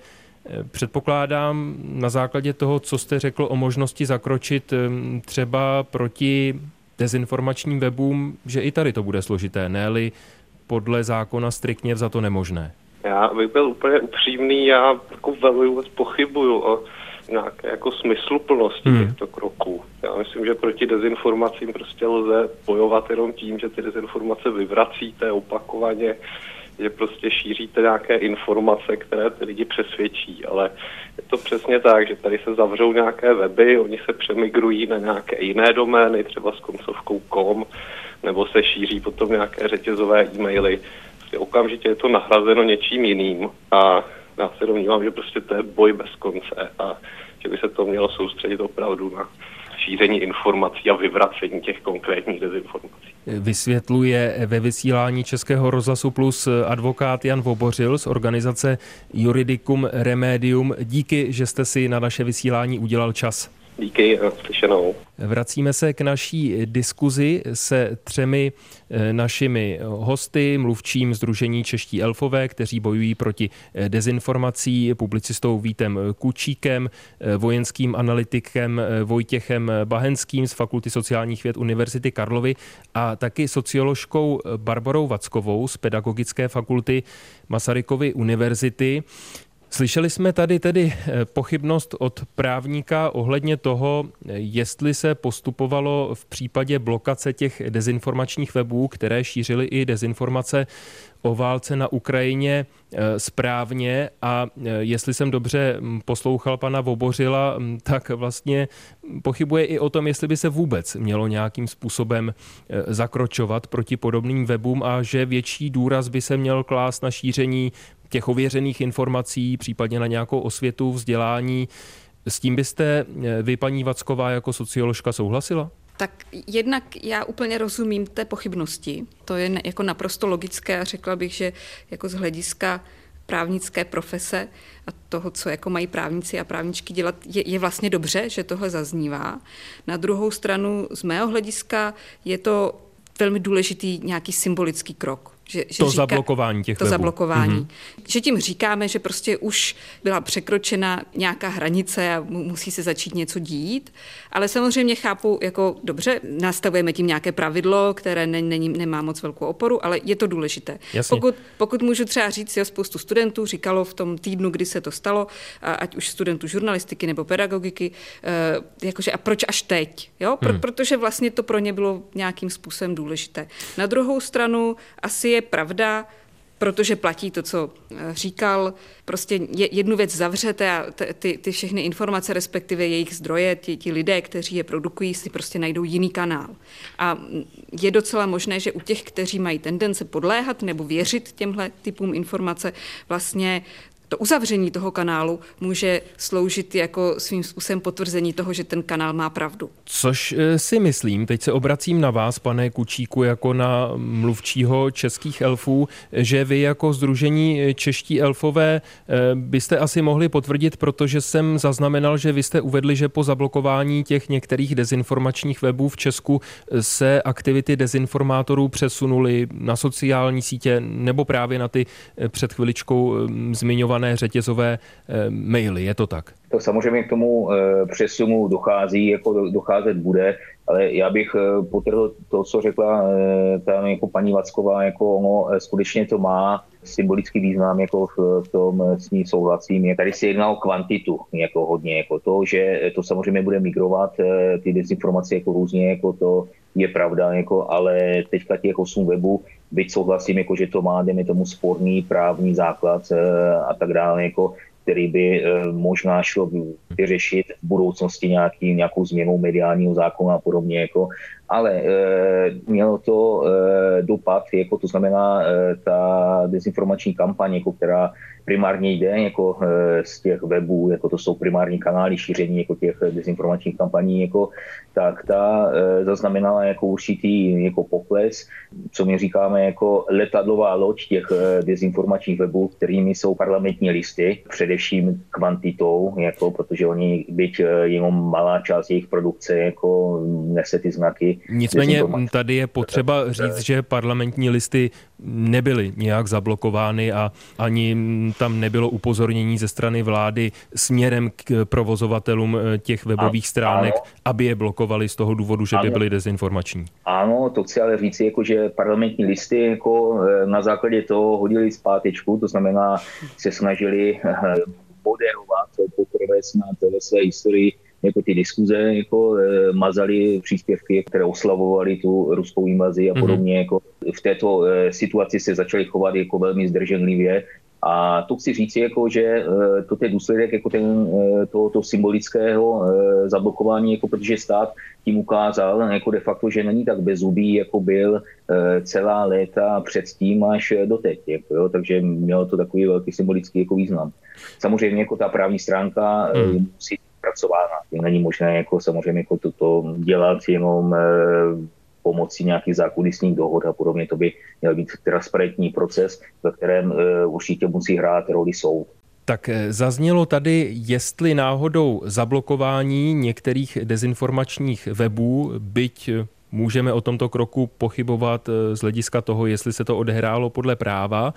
Předpokládám na základě toho, co jste řekl o možnosti zakročit třeba proti dezinformačním webům, že i tady to bude složité, ne-li podle zákona striktně vzato nemožné. Já bych byl úplně upřímný, já jako velmi pochybuju o nějaké jako smysluplnosti těchto kroků. Já myslím, že proti dezinformacím prostě lze bojovat jenom tím, že ty dezinformace vyvracíte opakovaně, že prostě šíříte nějaké informace, které ty lidi přesvědčí, ale je to přesně tak, že tady se zavřou nějaké weby, oni se přemigrují na nějaké jiné domény, třeba s koncovkou .com, nebo se šíří potom nějaké řetězové e-maily. Prostě okamžitě je to nahrazeno něčím jiným a já se domnívám, že prostě to je boj bez konce a že by se to mělo soustředit opravdu na šíření informací a vyvracení těch konkrétních dezinformací. Vysvětluje ve vysílání Českého rozhlasu Plus advokát Jan Vobořil z organizace Juridicum Remedium. Díky, že jste si na naše vysílání udělal čas. Díky, slyšenou. Vracíme se k naší diskuzi se 3 našimi hosty, mluvčím sdružení Čeští elfové, kteří bojují proti dezinformací, publicistou Vítem Kučíkem, vojenským analytikem Vojtěchem Bahenským z Fakulty sociálních věd Univerzity Karlovy a taky socioložkou Barborou Vackovou z Pedagogické fakulty Masarykovy univerzity. Slyšeli jsme tady tedy pochybnost od právníka ohledně toho, jestli se postupovalo v případě blokace těch dezinformačních webů, které šířily i dezinformace o válce na Ukrajině správně a jestli jsem dobře poslouchal pana Vobořila, tak vlastně pochybuje i o tom, jestli by se vůbec mělo nějakým způsobem zakročovat proti podobným webům a že větší důraz by se měl klást na šíření těch ověřených informací, případně na nějakou osvětu, vzdělání. S tím byste vy, paní Vacková, jako socioložka souhlasila? Tak jednak já úplně rozumím té pochybnosti. To je jako naprosto logické a řekla bych, že jako z hlediska právnické profese a toho, co jako mají právníci a právničky dělat, je vlastně dobře, že tohle zaznívá. Na druhou stranu, z mého hlediska, je to velmi důležitý nějaký symbolický krok. Zablokování těch webů. Zablokování. Že tím říkáme, že prostě už byla překročena nějaká hranice a musí se začít něco dít, ale samozřejmě chápu, jako dobře, nastavujeme tím nějaké pravidlo, které nemá moc velkou oporu, ale je to důležité. Pokud můžu třeba říct, spoustu studentů říkalo v tom týdnu, kdy se to stalo, ať už studentů žurnalistiky nebo pedagogiky, jakože a proč až teď? Jo? Protože vlastně to pro ně bylo nějakým způsobem důležité. Na druhou stranu asi je pravda, protože platí to, co říkal, prostě jednu věc zavřete a ty všechny informace, respektive jejich zdroje, ti lidé, kteří je produkují, si prostě najdou jiný kanál. A je docela možné, že u těch, kteří mají tendence podléhat nebo věřit těmhle typům informace, vlastně to uzavření toho kanálu může sloužit jako svým způsobem potvrzení toho, že ten kanál má pravdu. Což si myslím, teď se obracím na vás, pane Kučíku, jako na mluvčího Českých elfů, že vy jako sdružení Čeští elfové byste asi mohli potvrdit, protože jsem zaznamenal, že vy jste uvedli, že po zablokování těch některých dezinformačních webů v Česku se aktivity dezinformátorů přesunuly na sociální sítě nebo právě na ty před chviličkou zmiňované řetězové maily, je to tak? To samozřejmě k tomu přesunu dochází, jako docházet bude, ale já bych podtrhl to, co řekla tam jako paní Vacková, jako ono skutečně to má symbolický význam, jako v tom s ní souhlasím. Tady se jedná o kvantitu, jako hodně, jako to, že to samozřejmě bude migrovat, ty dezinformace jako různě, jako to je pravda, jako, ale teďka těch 8 webů, byť souhlasím, jako, že to má, dejme tomu, sporný právní základ a tak dále, jako, který by možná šlo vyřešit v budoucnosti nějakou změnou mediálního zákona a podobně. Jako. Ale mělo to dopad, jako to znamená ta dezinformační kampaň, jako která primárně jde jako z těch webů, jako to jsou primární kanály šíření jako těch dezinformačních kampaní, jako, tak ta zaznamenala jako určitý jako pokles, co my říkáme jako letadlová loď těch dezinformačních webů, kterými jsou parlamentní listy, především kvantitou, jako, protože oni, byť jenom malá část jejich produkce jako nese ty znaky. Nicméně tady je potřeba říct, že parlamentní listy nebyly nějak zablokovány a ani tam nebylo upozornění ze strany vlády směrem k provozovatelům těch webových stránek, aby je blokovali z toho důvodu, že by byly dezinformační. Ano, to chci ale říct, jako, že parlamentní listy jako na základě toho hodili zpátečku, to znamená, se snažili moderovat poprvé snad ve své historii jako ty diskuze, jako mazali příspěvky, které oslavovaly tu ruskou invazi a podobně. Jako v této situaci se začali chovat jako velmi zdrženlivě. A to chci říct, jako, že to je důsledek jako tohoto symbolického zablokování, jako, protože stát tím ukázal jako de facto, že není tak bezzubý, jako byl celá léta předtím až doteď. Jako, jo, takže mělo to takový velký symbolický jako význam. Samozřejmě jako ta právní stránka musí pracována. Není možné jako, samozřejmě jako toto dělat jenom pomocí nějakých zákulisních dohod a podobně. To by měl být transparentní proces, ve kterém určitě musí hrát roli soud. Tak zaznělo tady, jestli náhodou zablokování některých dezinformačních webů, byť můžeme o tomto kroku pochybovat z hlediska toho, jestli se to odehrálo podle práva,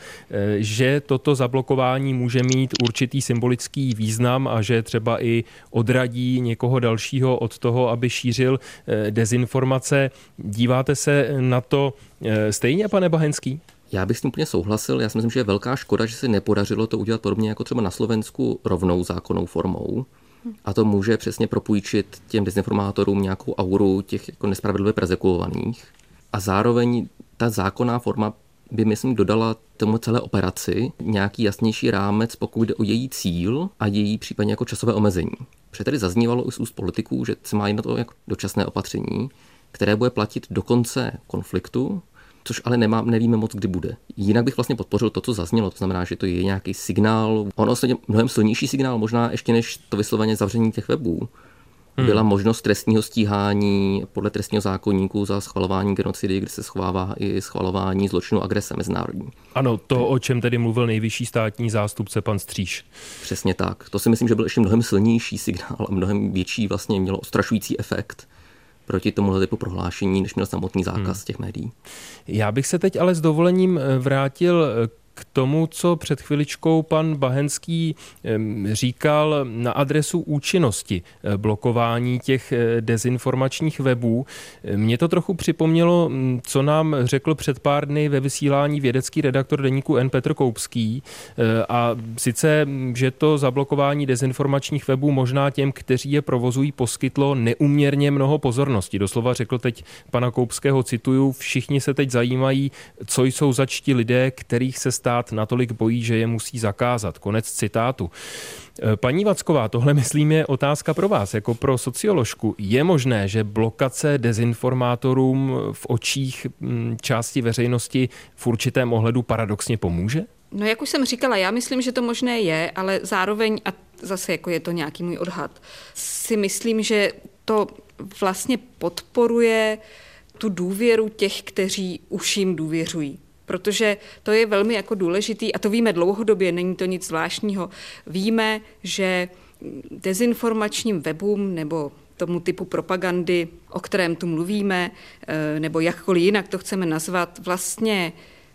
že toto zablokování může mít určitý symbolický význam a že třeba i odradí někoho dalšího od toho, aby šířil dezinformace. Díváte se na to stejně, pane Bahenský? Já bych s tím úplně souhlasil. Já si myslím, že je velká škoda, že se nepodařilo to udělat podobně jako třeba na Slovensku rovnou zákonnou formou. A to může přesně propůjčit těm dezinformátorům nějakou auru těch jako nespravedlivě perzekuovaných. A zároveň ta zákonná forma by, myslím, dodala tomu celé operaci nějaký jasnější rámec, pokud jde o její cíl a její případně jako časové omezení. Protože tady zaznívalo i z úst politiků, že se má jednat o jako dočasné opatření, které bude platit do konce konfliktu, což ale nevíme moc, kdy bude. Jinak bych vlastně podpořil to, co zaznělo, to znamená, že to je nějaký signál, ono je mnohem silnější signál, možná ještě než to vysloveně zavření těch webů. Byla možnost trestního stíhání podle trestního zákoníku za schvalování genocidy, kde se schovává i schvalování zločinu agrese mezinárodní. Ano, to, o čem tedy mluvil nejvyšší státní zástupce pan Stříž. Přesně tak. To si myslím, že byl ještě mnohem silnější signál a mnohem větší, vlastně mělo odstrašující efekt proti tomuhle typu prohlášení, než měl samotný zákaz těch médií. Já bych se teď ale s dovolením vrátil k tomu, co před chviličkou pan Bahenský říkal na adresu účinnosti blokování těch dezinformačních webů. Mně to trochu připomnělo, co nám řekl před pár dny ve vysílání vědecký redaktor deníku N. Petr Koupský. A sice, že to zablokování dezinformačních webů možná těm, kteří je provozují, poskytlo neúměrně mnoho pozornosti. Doslova řekl teď pana Koupského, cituju, všichni se teď zajímají, co jsou zač ti lidé, kterých se stát natolik bojí, že je musí zakázat. Konec citátu. Paní Vacková, tohle myslím je otázka pro vás, jako pro socioložku. Je možné, že blokace dezinformátorům v očích části veřejnosti v určitém ohledu paradoxně pomůže? No, jak už jsem říkala, já myslím, že to možné je, ale zároveň, a zase jako je to nějaký můj odhad, si myslím, že to vlastně podporuje tu důvěru těch, kteří už jim důvěřují. Protože to je velmi jako důležitý, a to víme dlouhodobě, není to nic zvláštního. Víme, že dezinformačním webům nebo tomu typu propagandy, o kterém tu mluvíme, nebo jakkoliv jinak to chceme nazvat, vlastně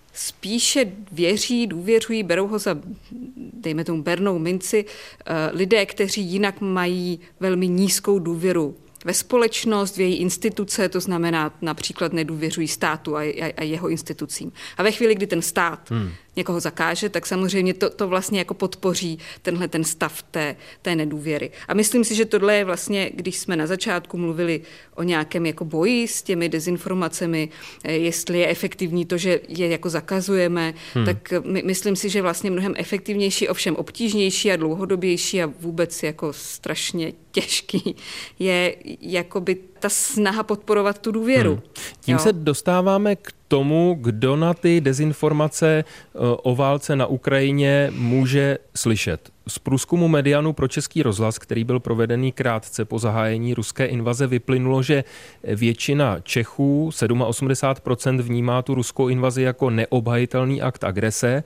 spíše věří, důvěřují, berou ho za, dejme tomu, bernou minci, lidé, kteří jinak mají velmi nízkou důvěru ve společnost, v její instituce, to znamená například nedůvěřují státu a jeho institucím. A ve chvíli, kdy ten stát někoho zakáže, tak samozřejmě to vlastně jako podpoří tenhle ten stav té nedůvěry. A myslím si, že tohle je vlastně, když jsme na začátku mluvili o nějakém jako boji s těmi dezinformacemi, jestli je efektivní to, že je jako zakazujeme, tak myslím si, že vlastně mnohem efektivnější, ovšem obtížnější a dlouhodobější a vůbec jako strašně těžký je jakoby ta snaha podporovat tu důvěru. Tím se dostáváme k tomu, kdo na ty dezinformace o válce na Ukrajině může slyšet. Z průzkumu Medianu pro Český rozhlas, který byl provedený krátce po zahájení ruské invaze, vyplynulo, že většina Čechů, 87%, vnímá tu ruskou invazi jako neobhajitelný akt agrese,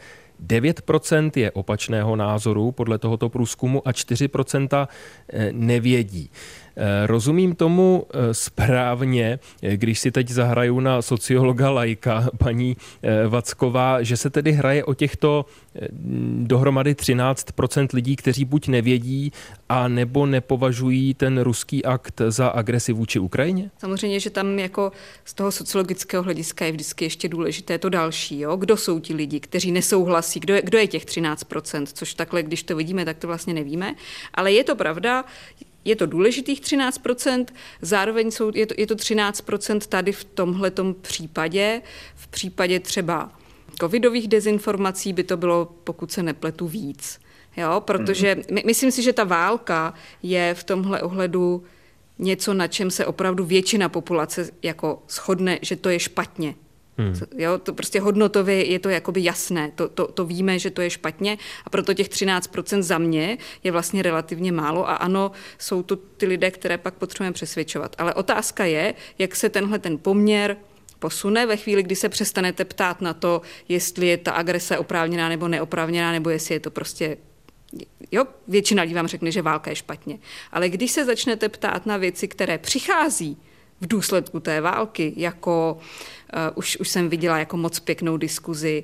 9% je opačného názoru podle tohoto průzkumu a 4% nevědí. Rozumím tomu správně, když si teď zahraju na sociologa laika, paní Vacková, že se tedy hraje o těchto dohromady 13% lidí, kteří buď nevědí, a nebo nepovažují ten ruský akt za agresi vůči Ukrajině? Samozřejmě, že tam jako z toho sociologického hlediska je vždycky ještě důležité to další. Jo? Kdo jsou ti lidi, kteří nesouhlasí? Kdo je těch 13%? Což takhle, když to vidíme, tak to vlastně nevíme. Ale je to pravda, je to důležitých 13%, zároveň je to 13% tady v tomhletom případě. V případě třeba covidových dezinformací by to bylo, pokud se nepletu, víc. Jo? Protože myslím si, že ta válka je v tomhle ohledu něco, na čem se opravdu většina populace jako shodne, že to je špatně. Jo, to prostě hodnotově je to jakoby jasné, to víme, že to je špatně a proto těch 13% za mě je vlastně relativně málo a ano, jsou to ty lidé, které pak potřebujeme přesvědčovat. Ale otázka je, jak se tenhle ten poměr posune ve chvíli, kdy se přestanete ptát na to, jestli je ta agrese oprávněná nebo neoprávněná, nebo jestli je to prostě... Jo, většina lidí vám řekne, že válka je špatně. Ale když se začnete ptát na věci, které přichází v důsledku té války, jako už jsem viděla jako moc pěknou diskuzi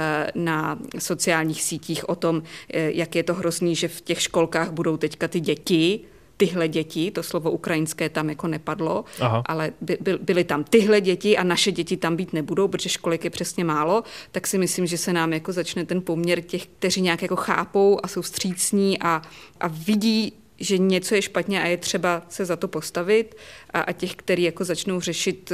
na sociálních sítích o tom, jak je to hrozný, že v těch školkách budou teďka tyhle děti, to slovo ukrajinské tam jako nepadlo, ale byly tam tyhle děti a naše děti tam být nebudou, protože školek je přesně málo, tak si myslím, že se nám jako začne ten poměr těch, kteří nějak jako chápou a jsou vstřícní a vidí, že něco je špatně a je třeba se za to postavit a těch, kteří jako začnou řešit,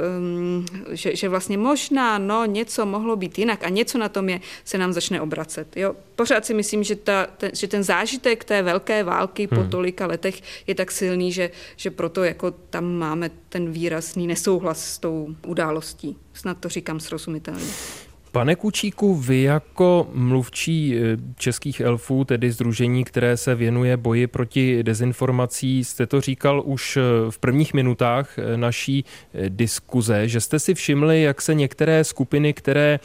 že vlastně možná něco mohlo být jinak a něco na tom se nám začne obracet. Jo? Pořád si myslím, že ten zážitek té velké války po tolika letech je tak silný, že proto jako tam máme ten výrazný nesouhlas s tou událostí. Snad to říkám srozumitelně. Pane Kučíku, vy jako mluvčí českých elfů, tedy sdružení, které se věnuje boji proti dezinformací, jste to říkal už v prvních minutách naší diskuze, že jste si všimli, jak se některé skupiny, které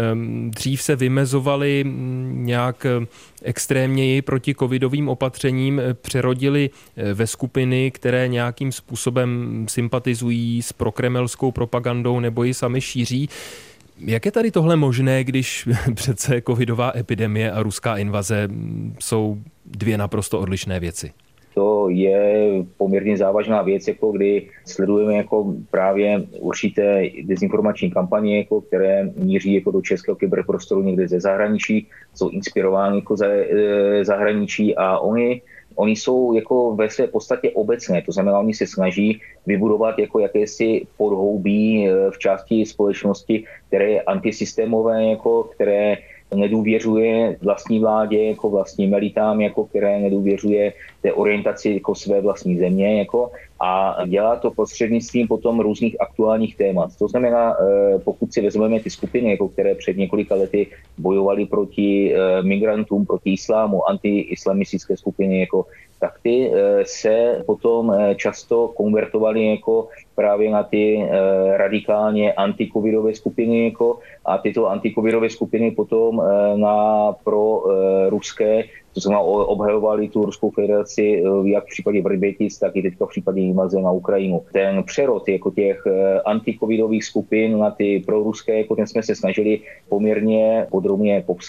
dřív se vymezovaly nějak extrémněji proti covidovým opatřením, přerodily ve skupiny, které nějakým způsobem sympatizují s prokremelskou propagandou nebo ji sami šíří. Jak je tady tohle možné, když přece covidová epidemie a ruská invaze jsou dvě naprosto odlišné věci? To je poměrně závažná věc, jako kdy sledujeme jako právě určité dezinformační kampaně, jako které míří jako do českého kyberprostoru někde ze zahraničí, jsou inspirovány jako ze zahraničí a oni jsou jako ve své podstatě obecné, to znamená, oni se snaží vybudovat jako jakési podhoubí v části společnosti, které je antisystémové, jako které nedůvěřuje vlastní vládě, jako vlastním elitám, jako které nedůvěřuje té orientaci jako své vlastní země, jako, a dělá to prostřednictvím potom různých aktuálních témat. To znamená, pokud si vezmeme ty skupiny, jako které před několika lety bojovaly proti migrantům, proti islámu, anti-islamistické skupiny, jako, tak ty se potom často konvertovaly jako právě na ty radikálně antikovidové skupiny, jako, a tyto antikovidové skupiny potom na pro ruské, to znamená obhajovali tu Ruskou federaci jak v případě Vrbětic, tak i teďka v případě invaze na Ukrajinu. Ten přerod jako těch antikovidových skupin na ty proruské, jako ten jsme se snažili poměrně podrobně popsat.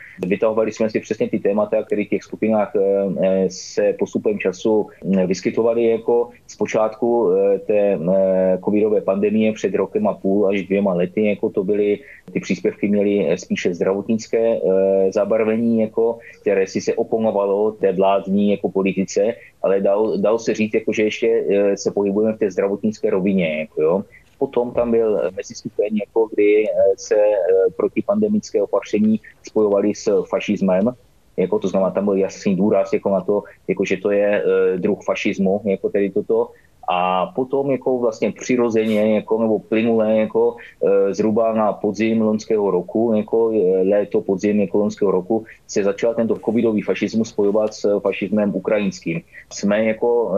Vytahovali jsme si přesně ty témata, které v těch skupinách se postupem času vyskytovaly jako zpočátku té covidové pandemie před rokem a půl až 2 lety, jako to byly, ty příspěvky měly spíše zdravotnické zabarvení, jako, které si se oponovalo té vládní jako politice, ale dalo se říct, jako, že ještě se pohybujeme v té zdravotnické rovině. Jako, jo. Potom tam byl mezistupeň, jako, kdy se protipandemické opatření spojovali s fašismem. Jako, to znamená, tam byl jasný důraz jako na to, jako, že to je druh fašismu, jako tedy toto. A potom jako vlastně přirozeně jako, nebo plynule jako, zhruba na podzim loňského roku, jako léto, podzim jako loňského roku, se začal tento covidový fašismus spojovat s fašismem ukrajinským. Jsme jako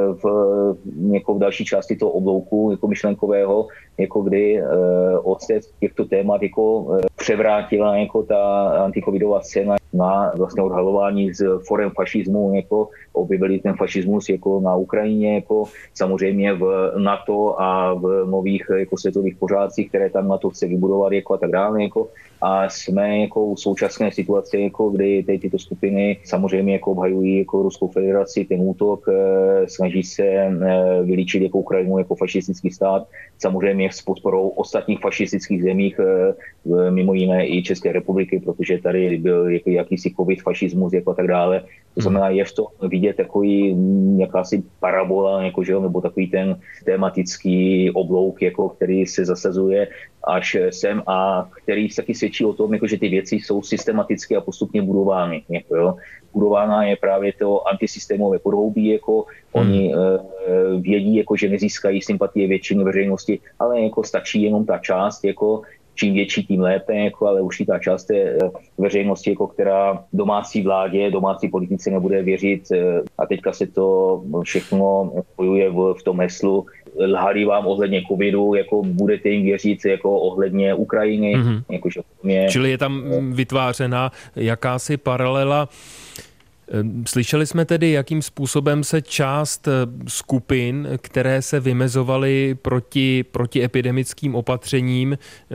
v další části toho oblouku jako myšlenkového, jako kdy od těchto témat jako převrátila jako ta anticovidová scéna na vlastně odhalování z forem fašismu, jako objevili ten fašismus jako na Ukrajině, jako samozřejmě v NATO a v nových jako světových pořádcích, které tam NATO chce vybudovat jako a tak dále. Jako, a jsme jako v současné situaci, jako kdy tyto skupiny samozřejmě jako obhajují jako Ruskou federaci, ten útok, snaží se vylíčit jako Ukrajinu jako fašistický stát, samozřejmě s podporou ostatních fašistických zemích, mimo jiné i České republiky, protože tady byl jako jakýsi covid fašismus jako a tak dále. To znamená, je v tom vidět takový jakási parabola, jako, že, nebo takový ten tematický oblouk, jako, který se zasazuje až sem a který taky svědčí o tom, jako, že ty věci jsou systematicky a postupně budovány. Jako, jo. Budována je právě to antisystémové podhoubí, jako oni vědí, jako, že nezískají sympatie většiny veřejnosti, ale jako stačí jenom ta část, jako, čím větší, tím lépe, jako, ale určitá část té veřejnosti, jako, která domácí vládě, domácí politice nebude věřit a teďka se to všechno spojuje v tom heslu lhali vám ohledně covidu, jako budete jim věřit jako ohledně Ukrajiny. Jakože Čili je tam vytvářena jakási paralela. Slyšeli jsme tedy, jakým způsobem se část skupin, které se vymezovaly proti epidemickým opatřením,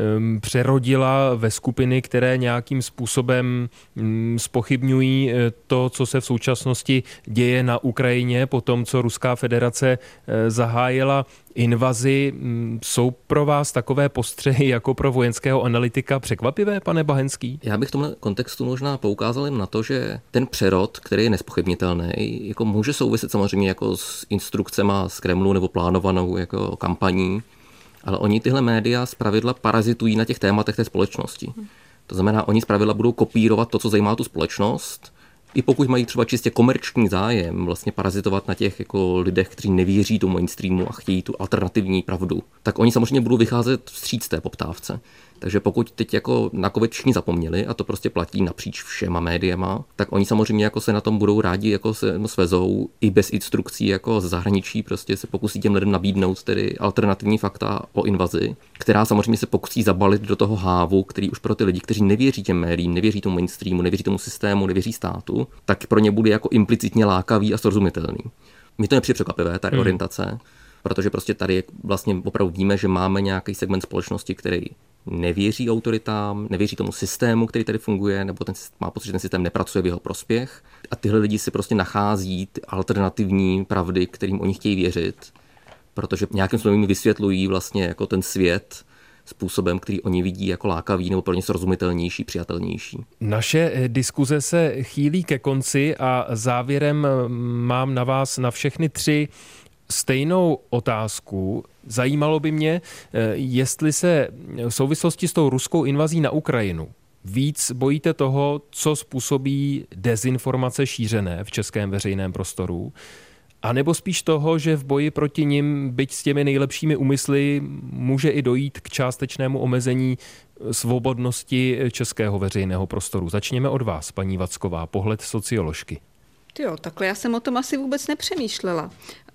přerodila ve skupiny, které nějakým způsobem zpochybňují to, co se v současnosti děje na Ukrajině, po tom, co Ruská federace zahájila invazi. Jsou pro vás takové postřehy jako pro vojenského analytika překvapivé, pane Bahenský? Já bych v tomhle kontextu možná poukázal jen na to, že ten přerod, který je nezpochybnitelný, jako může souviset samozřejmě jako s instrukcema z Kremlu nebo plánovanou jako kampaní, ale oni tyhle média zpravidla parazitují na těch tématech té společnosti. To znamená, oni zpravidla budou kopírovat to, co zajímá tu společnost, i pokud mají třeba čistě komerční zájem vlastně parazitovat na těch jako lidech, kteří nevěří tomu mainstreamu a chtějí tu alternativní pravdu, tak oni samozřejmě budou vycházet vstříc té poptávce. Takže pokud teď jako na covid všichni zapomněli, a to prostě platí napříč všema médiema, tak oni samozřejmě jako se na tom budou rádi jako se svezou i bez instrukcí jako z zahraničí, prostě se pokusí těm lidem nabídnout tedy alternativní fakta o invazi, která samozřejmě se pokusí zabalit do toho hávu, který už pro ty lidi, kteří nevěří těm médiím, nevěří tomu mainstreamu, nevěří tomu systému, nevěří státu, tak pro ně bude jako implicitně lákavý a srozumitelný. Mně to nepřijde překvapivé, ta orientace, protože prostě tady vlastně opravdu víme, že máme nějaký segment společnosti, který nevěří autoritám, nevěří tomu systému, který tady funguje, nebo má pocit, že ten systém nepracuje v jeho prospěch. A tyhle lidi si prostě nachází alternativní pravdy, kterým oni chtějí věřit, protože nějakým způsobem vysvětlují vlastně jako ten svět způsobem, který oni vidí jako lákavý nebo pro ně srozumitelnější, přijatelnější. Naše diskuze se chýlí ke konci a závěrem mám na vás na všechny tři stejnou otázku. Zajímalo by mě, jestli se v souvislosti s tou ruskou invazí na Ukrajinu víc bojíte toho, co způsobí dezinformace šířené v českém veřejném prostoru, anebo spíš toho, že v boji proti nim, byť s těmi nejlepšími úmysly, může i dojít k částečnému omezení svobodnosti českého veřejného prostoru. Začněme od vás, paní Vacková, pohled socioložky. Jo, takhle já jsem o tom asi vůbec nepřemýšlela.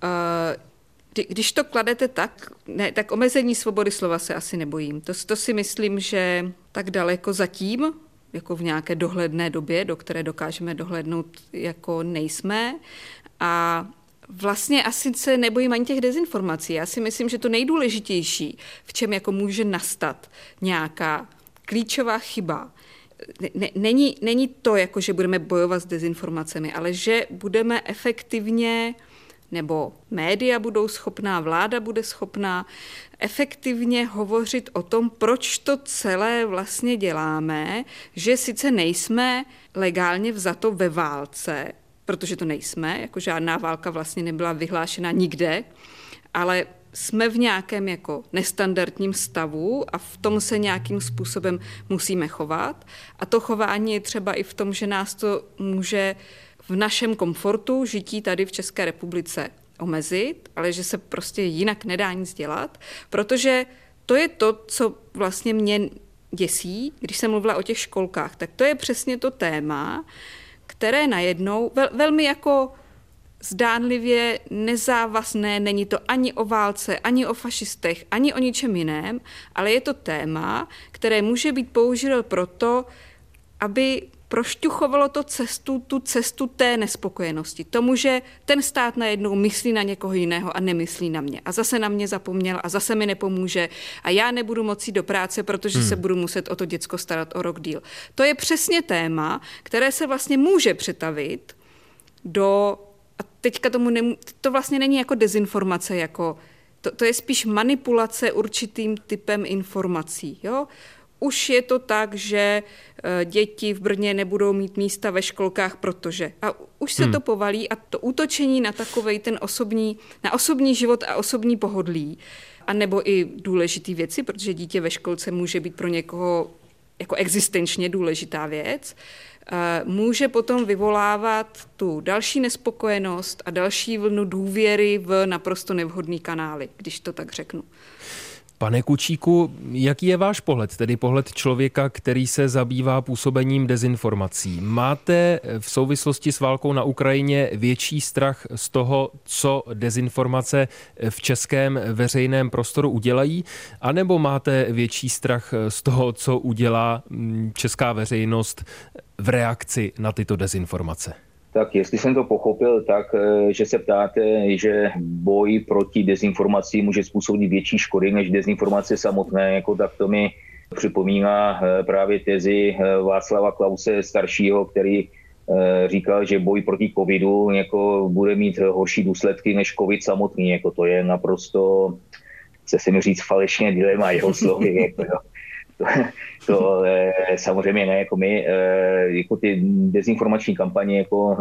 Když to kladete tak, ne, tak omezení svobody slova se asi nebojím. To si myslím, že tak daleko zatím, jako v nějaké dohledné době, do které dokážeme dohlednout, jako nejsme. A vlastně asi se nebojím ani těch dezinformací. Já si myslím, že to nejdůležitější, v čem jako může nastat nějaká klíčová chyba, není to, jako že budeme bojovat s dezinformacemi, ale že budeme efektivně, nebo média budou schopná, vláda bude schopná efektivně hovořit o tom, proč to celé vlastně děláme, že sice nejsme legálně vzato ve válce, protože to nejsme, jako žádná válka vlastně nebyla vyhlášena nikde, ale jsme v nějakém jako nestandardním stavu a v tom se nějakým způsobem musíme chovat. A to chování je třeba i v tom, že nás to může v našem komfortu žití tady v České republice omezit, ale že se prostě jinak nedá nic dělat, protože to je to, co vlastně mě děsí, když jsem mluvila o těch školkách, tak to je přesně to téma, které najednou velmi jako zdánlivě nezávazné, není to ani o válce, ani o fašistech, ani o ničem jiném, ale je to téma, které může být použito proto, aby prošťuchovalo tu cestu té nespokojenosti. Tomu, že ten stát najednou myslí na někoho jiného a nemyslí na mě. A zase na mě zapomněl a zase mi nepomůže a já nebudu moci do práce, protože se budu muset o to děcko starat o rok díl. To je přesně téma, které se vlastně může přetavit do... A teďka to vlastně není jako dezinformace, jako to je spíš manipulace určitým typem informací. Jo? Už je to tak, že děti v Brně nebudou mít místa ve školkách, protože. A už se to povalí a to útočení na takovej ten osobní život a osobní pohodlí, a nebo i důležitý věci, protože dítě ve školce může být pro někoho jako existenčně důležitá věc, může potom vyvolávat tu další nespokojenost a další vlnu důvěry v naprosto nevhodný kanály, když to tak řeknu. Pane Kučíku, jaký je váš pohled, tedy pohled člověka, který se zabývá působením dezinformací? Máte v souvislosti s válkou na Ukrajině větší strach z toho, co dezinformace v českém veřejném prostoru udělají, anebo máte větší strach z toho, co udělá česká veřejnost v reakci na tyto dezinformace? Tak jestli jsem to pochopil tak, že se ptáte, že boj proti dezinformacím může způsobit větší škody než dezinformace samotné, jako tak to mi připomíná právě tezi Václava Klause staršího, který říkal, že boj proti covidu jako bude mít horší důsledky než covid samotný. Jako to je naprosto, chce se mi říct, falešně dilema jeho slovy. Jako, to samozřejmě ne, jako my, jako ty dezinformační kampaně, jako,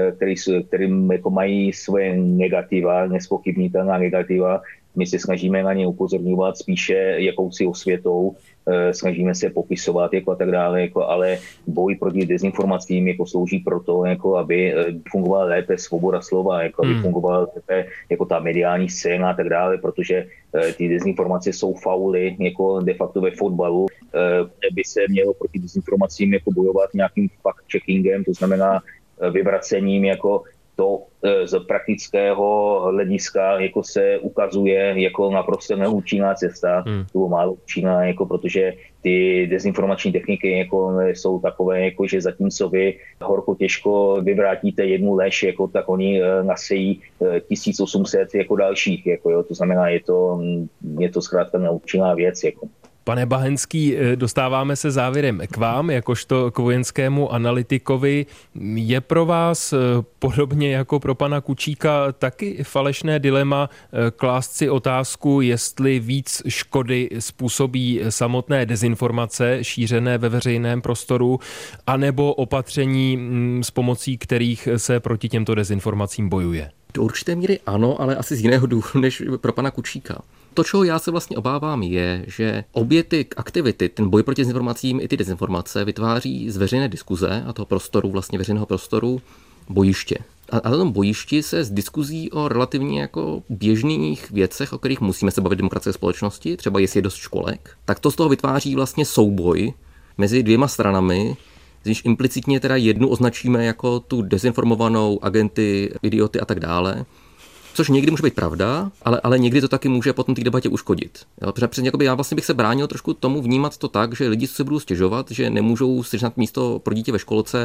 kterým jako mají svoje negativa, nespochybnitelná negativa, my se snažíme na ně upozorňovat spíše jakousi osvětou, snažíme se popisovat jako a tak dále, jako, ale boj proti dezinformacím jako slouží proto, jako, aby fungovala lépe svoboda slova, jako, aby fungovala lépe jako ta mediální scéna a tak dále, protože ty dezinformace jsou fauly jako de facto ve fotbalu, kde by se mělo proti dezinformacím jako bojovat nějakým fact-checkingem, to znamená vyvracením jako to z praktického hlediska jako se ukazuje jako naprosto neúčinná cesta, nebo málo účinná, jako protože ty dezinformační techniky jako jsou takové, jako že zatímco vy horko těžko vyvrátíte jednu lež, jako tak oni nasejí 1800 jako dalších, jako jo, to znamená, je to zkrátka neúčinná věc, jako. Pane Bahenský, dostáváme se závěrem k vám, jakožto k vojenskému analytikovi. Je pro vás, podobně jako pro pana Kučíka, taky falešné dilema klást si otázku, jestli víc škody způsobí samotné dezinformace šířené ve veřejném prostoru, anebo opatření, s pomocí kterých se proti těmto dezinformacím bojuje? Do určité míry ano, ale asi z jiného důvodu než pro pana Kučíka. To, čeho já se vlastně obávám, je, že obě ty aktivity, ten boj proti dezinformacím i ty dezinformace, vytváří z veřejné diskuze a toho prostoru, vlastně veřejného prostoru, bojiště. A na tom bojišti se z diskuzí o relativně jako běžných věcech, o kterých musíme se bavit v demokratické společnosti, třeba jestli je dost školek, tak to z toho vytváří vlastně souboj mezi dvěma stranami, když implicitně teda jednu označíme jako tu dezinformovanou, agenty, idioty a tak dále, což někdy může být pravda, ale někdy to taky může potom té debatě uškodit. Jo, přesně já vlastně bych se bránil trošku tomu vnímat to tak, že lidi se budou stěžovat, že nemůžou sežnat místo pro dítě ve školce,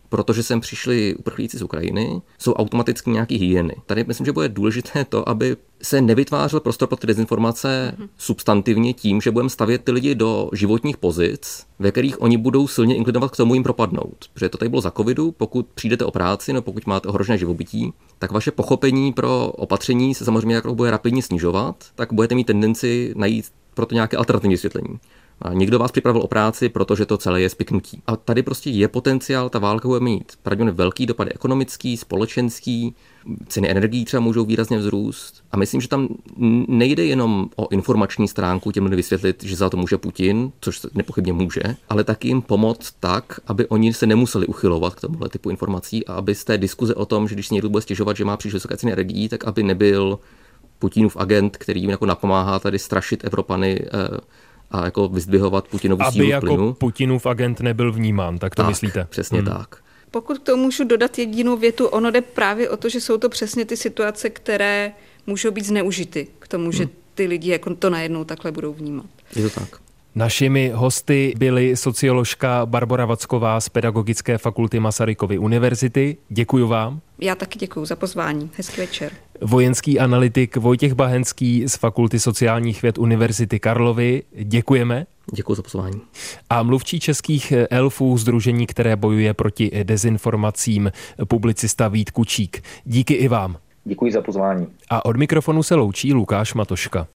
protože sem přišli uprchlíci z Ukrajiny, jsou automaticky nějaký hyeny. Tady myslím, že bude důležité to, aby se nevytvářel prostor pro ty dezinformace substantivně tím, že budeme stavět ty lidi do životních pozic, ve kterých oni budou silně inklinovat k tomu jim propadnout. Protože to tady bylo za covidu, pokud přijdete o práci, no pokud máte ohrožené živobytí, tak vaše pochopení pro opatření se samozřejmě jako bude rapidně snižovat, tak budete mít tendenci najít proto nějaké alternativní vysvětlení. A někdo vás připravil o práci, protože to celé je spiknutí. A tady prostě je potenciál, ta válka bude mít pravděpodobně velký dopad ekonomický, společenský, ceny energií třeba můžou výrazně vzrůst. A myslím, že tam nejde jenom o informační stránku těm lidem vysvětlit, že za to může Putin, což se nepochybně může, ale taky jim pomoct tak, aby oni se nemuseli uchylovat k tomuhle typu informací a aby z té diskuze o tom, že když si někdo bude stěžovat, že má příliš vysoké ceny energií, tak aby nebyl Putinův agent, který jim jako napomáhá tady strašit Evropany a jako vyzdvihovat Putinovu sílu v plynu. Aby jako Putinův agent nebyl vnímán, tak to myslíte? Přesně tak. Pokud k tomu můžu dodat jedinou větu, ono jde právě o to, že jsou to přesně ty situace, které můžou být zneužity k tomu, že ty lidi jako to najednou takhle budou vnímat. Je to tak. Našimi hosty byly socioložka Barbora Vacková z Pedagogické fakulty Masarykovy univerzity. Děkuji vám. Já taky děkuji za pozvání. Hezký večer. Vojenský analytik Vojtěch Bahenský z Fakulty sociálních věd Univerzity Karlovy. Děkujeme. Děkuji za pozvání. A mluvčí českých elfů, sdružení, které bojuje proti dezinformacím, publicista Vít Kučík. Díky i vám. Děkuji za pozvání. A od mikrofonu se loučí Lukáš Matoška.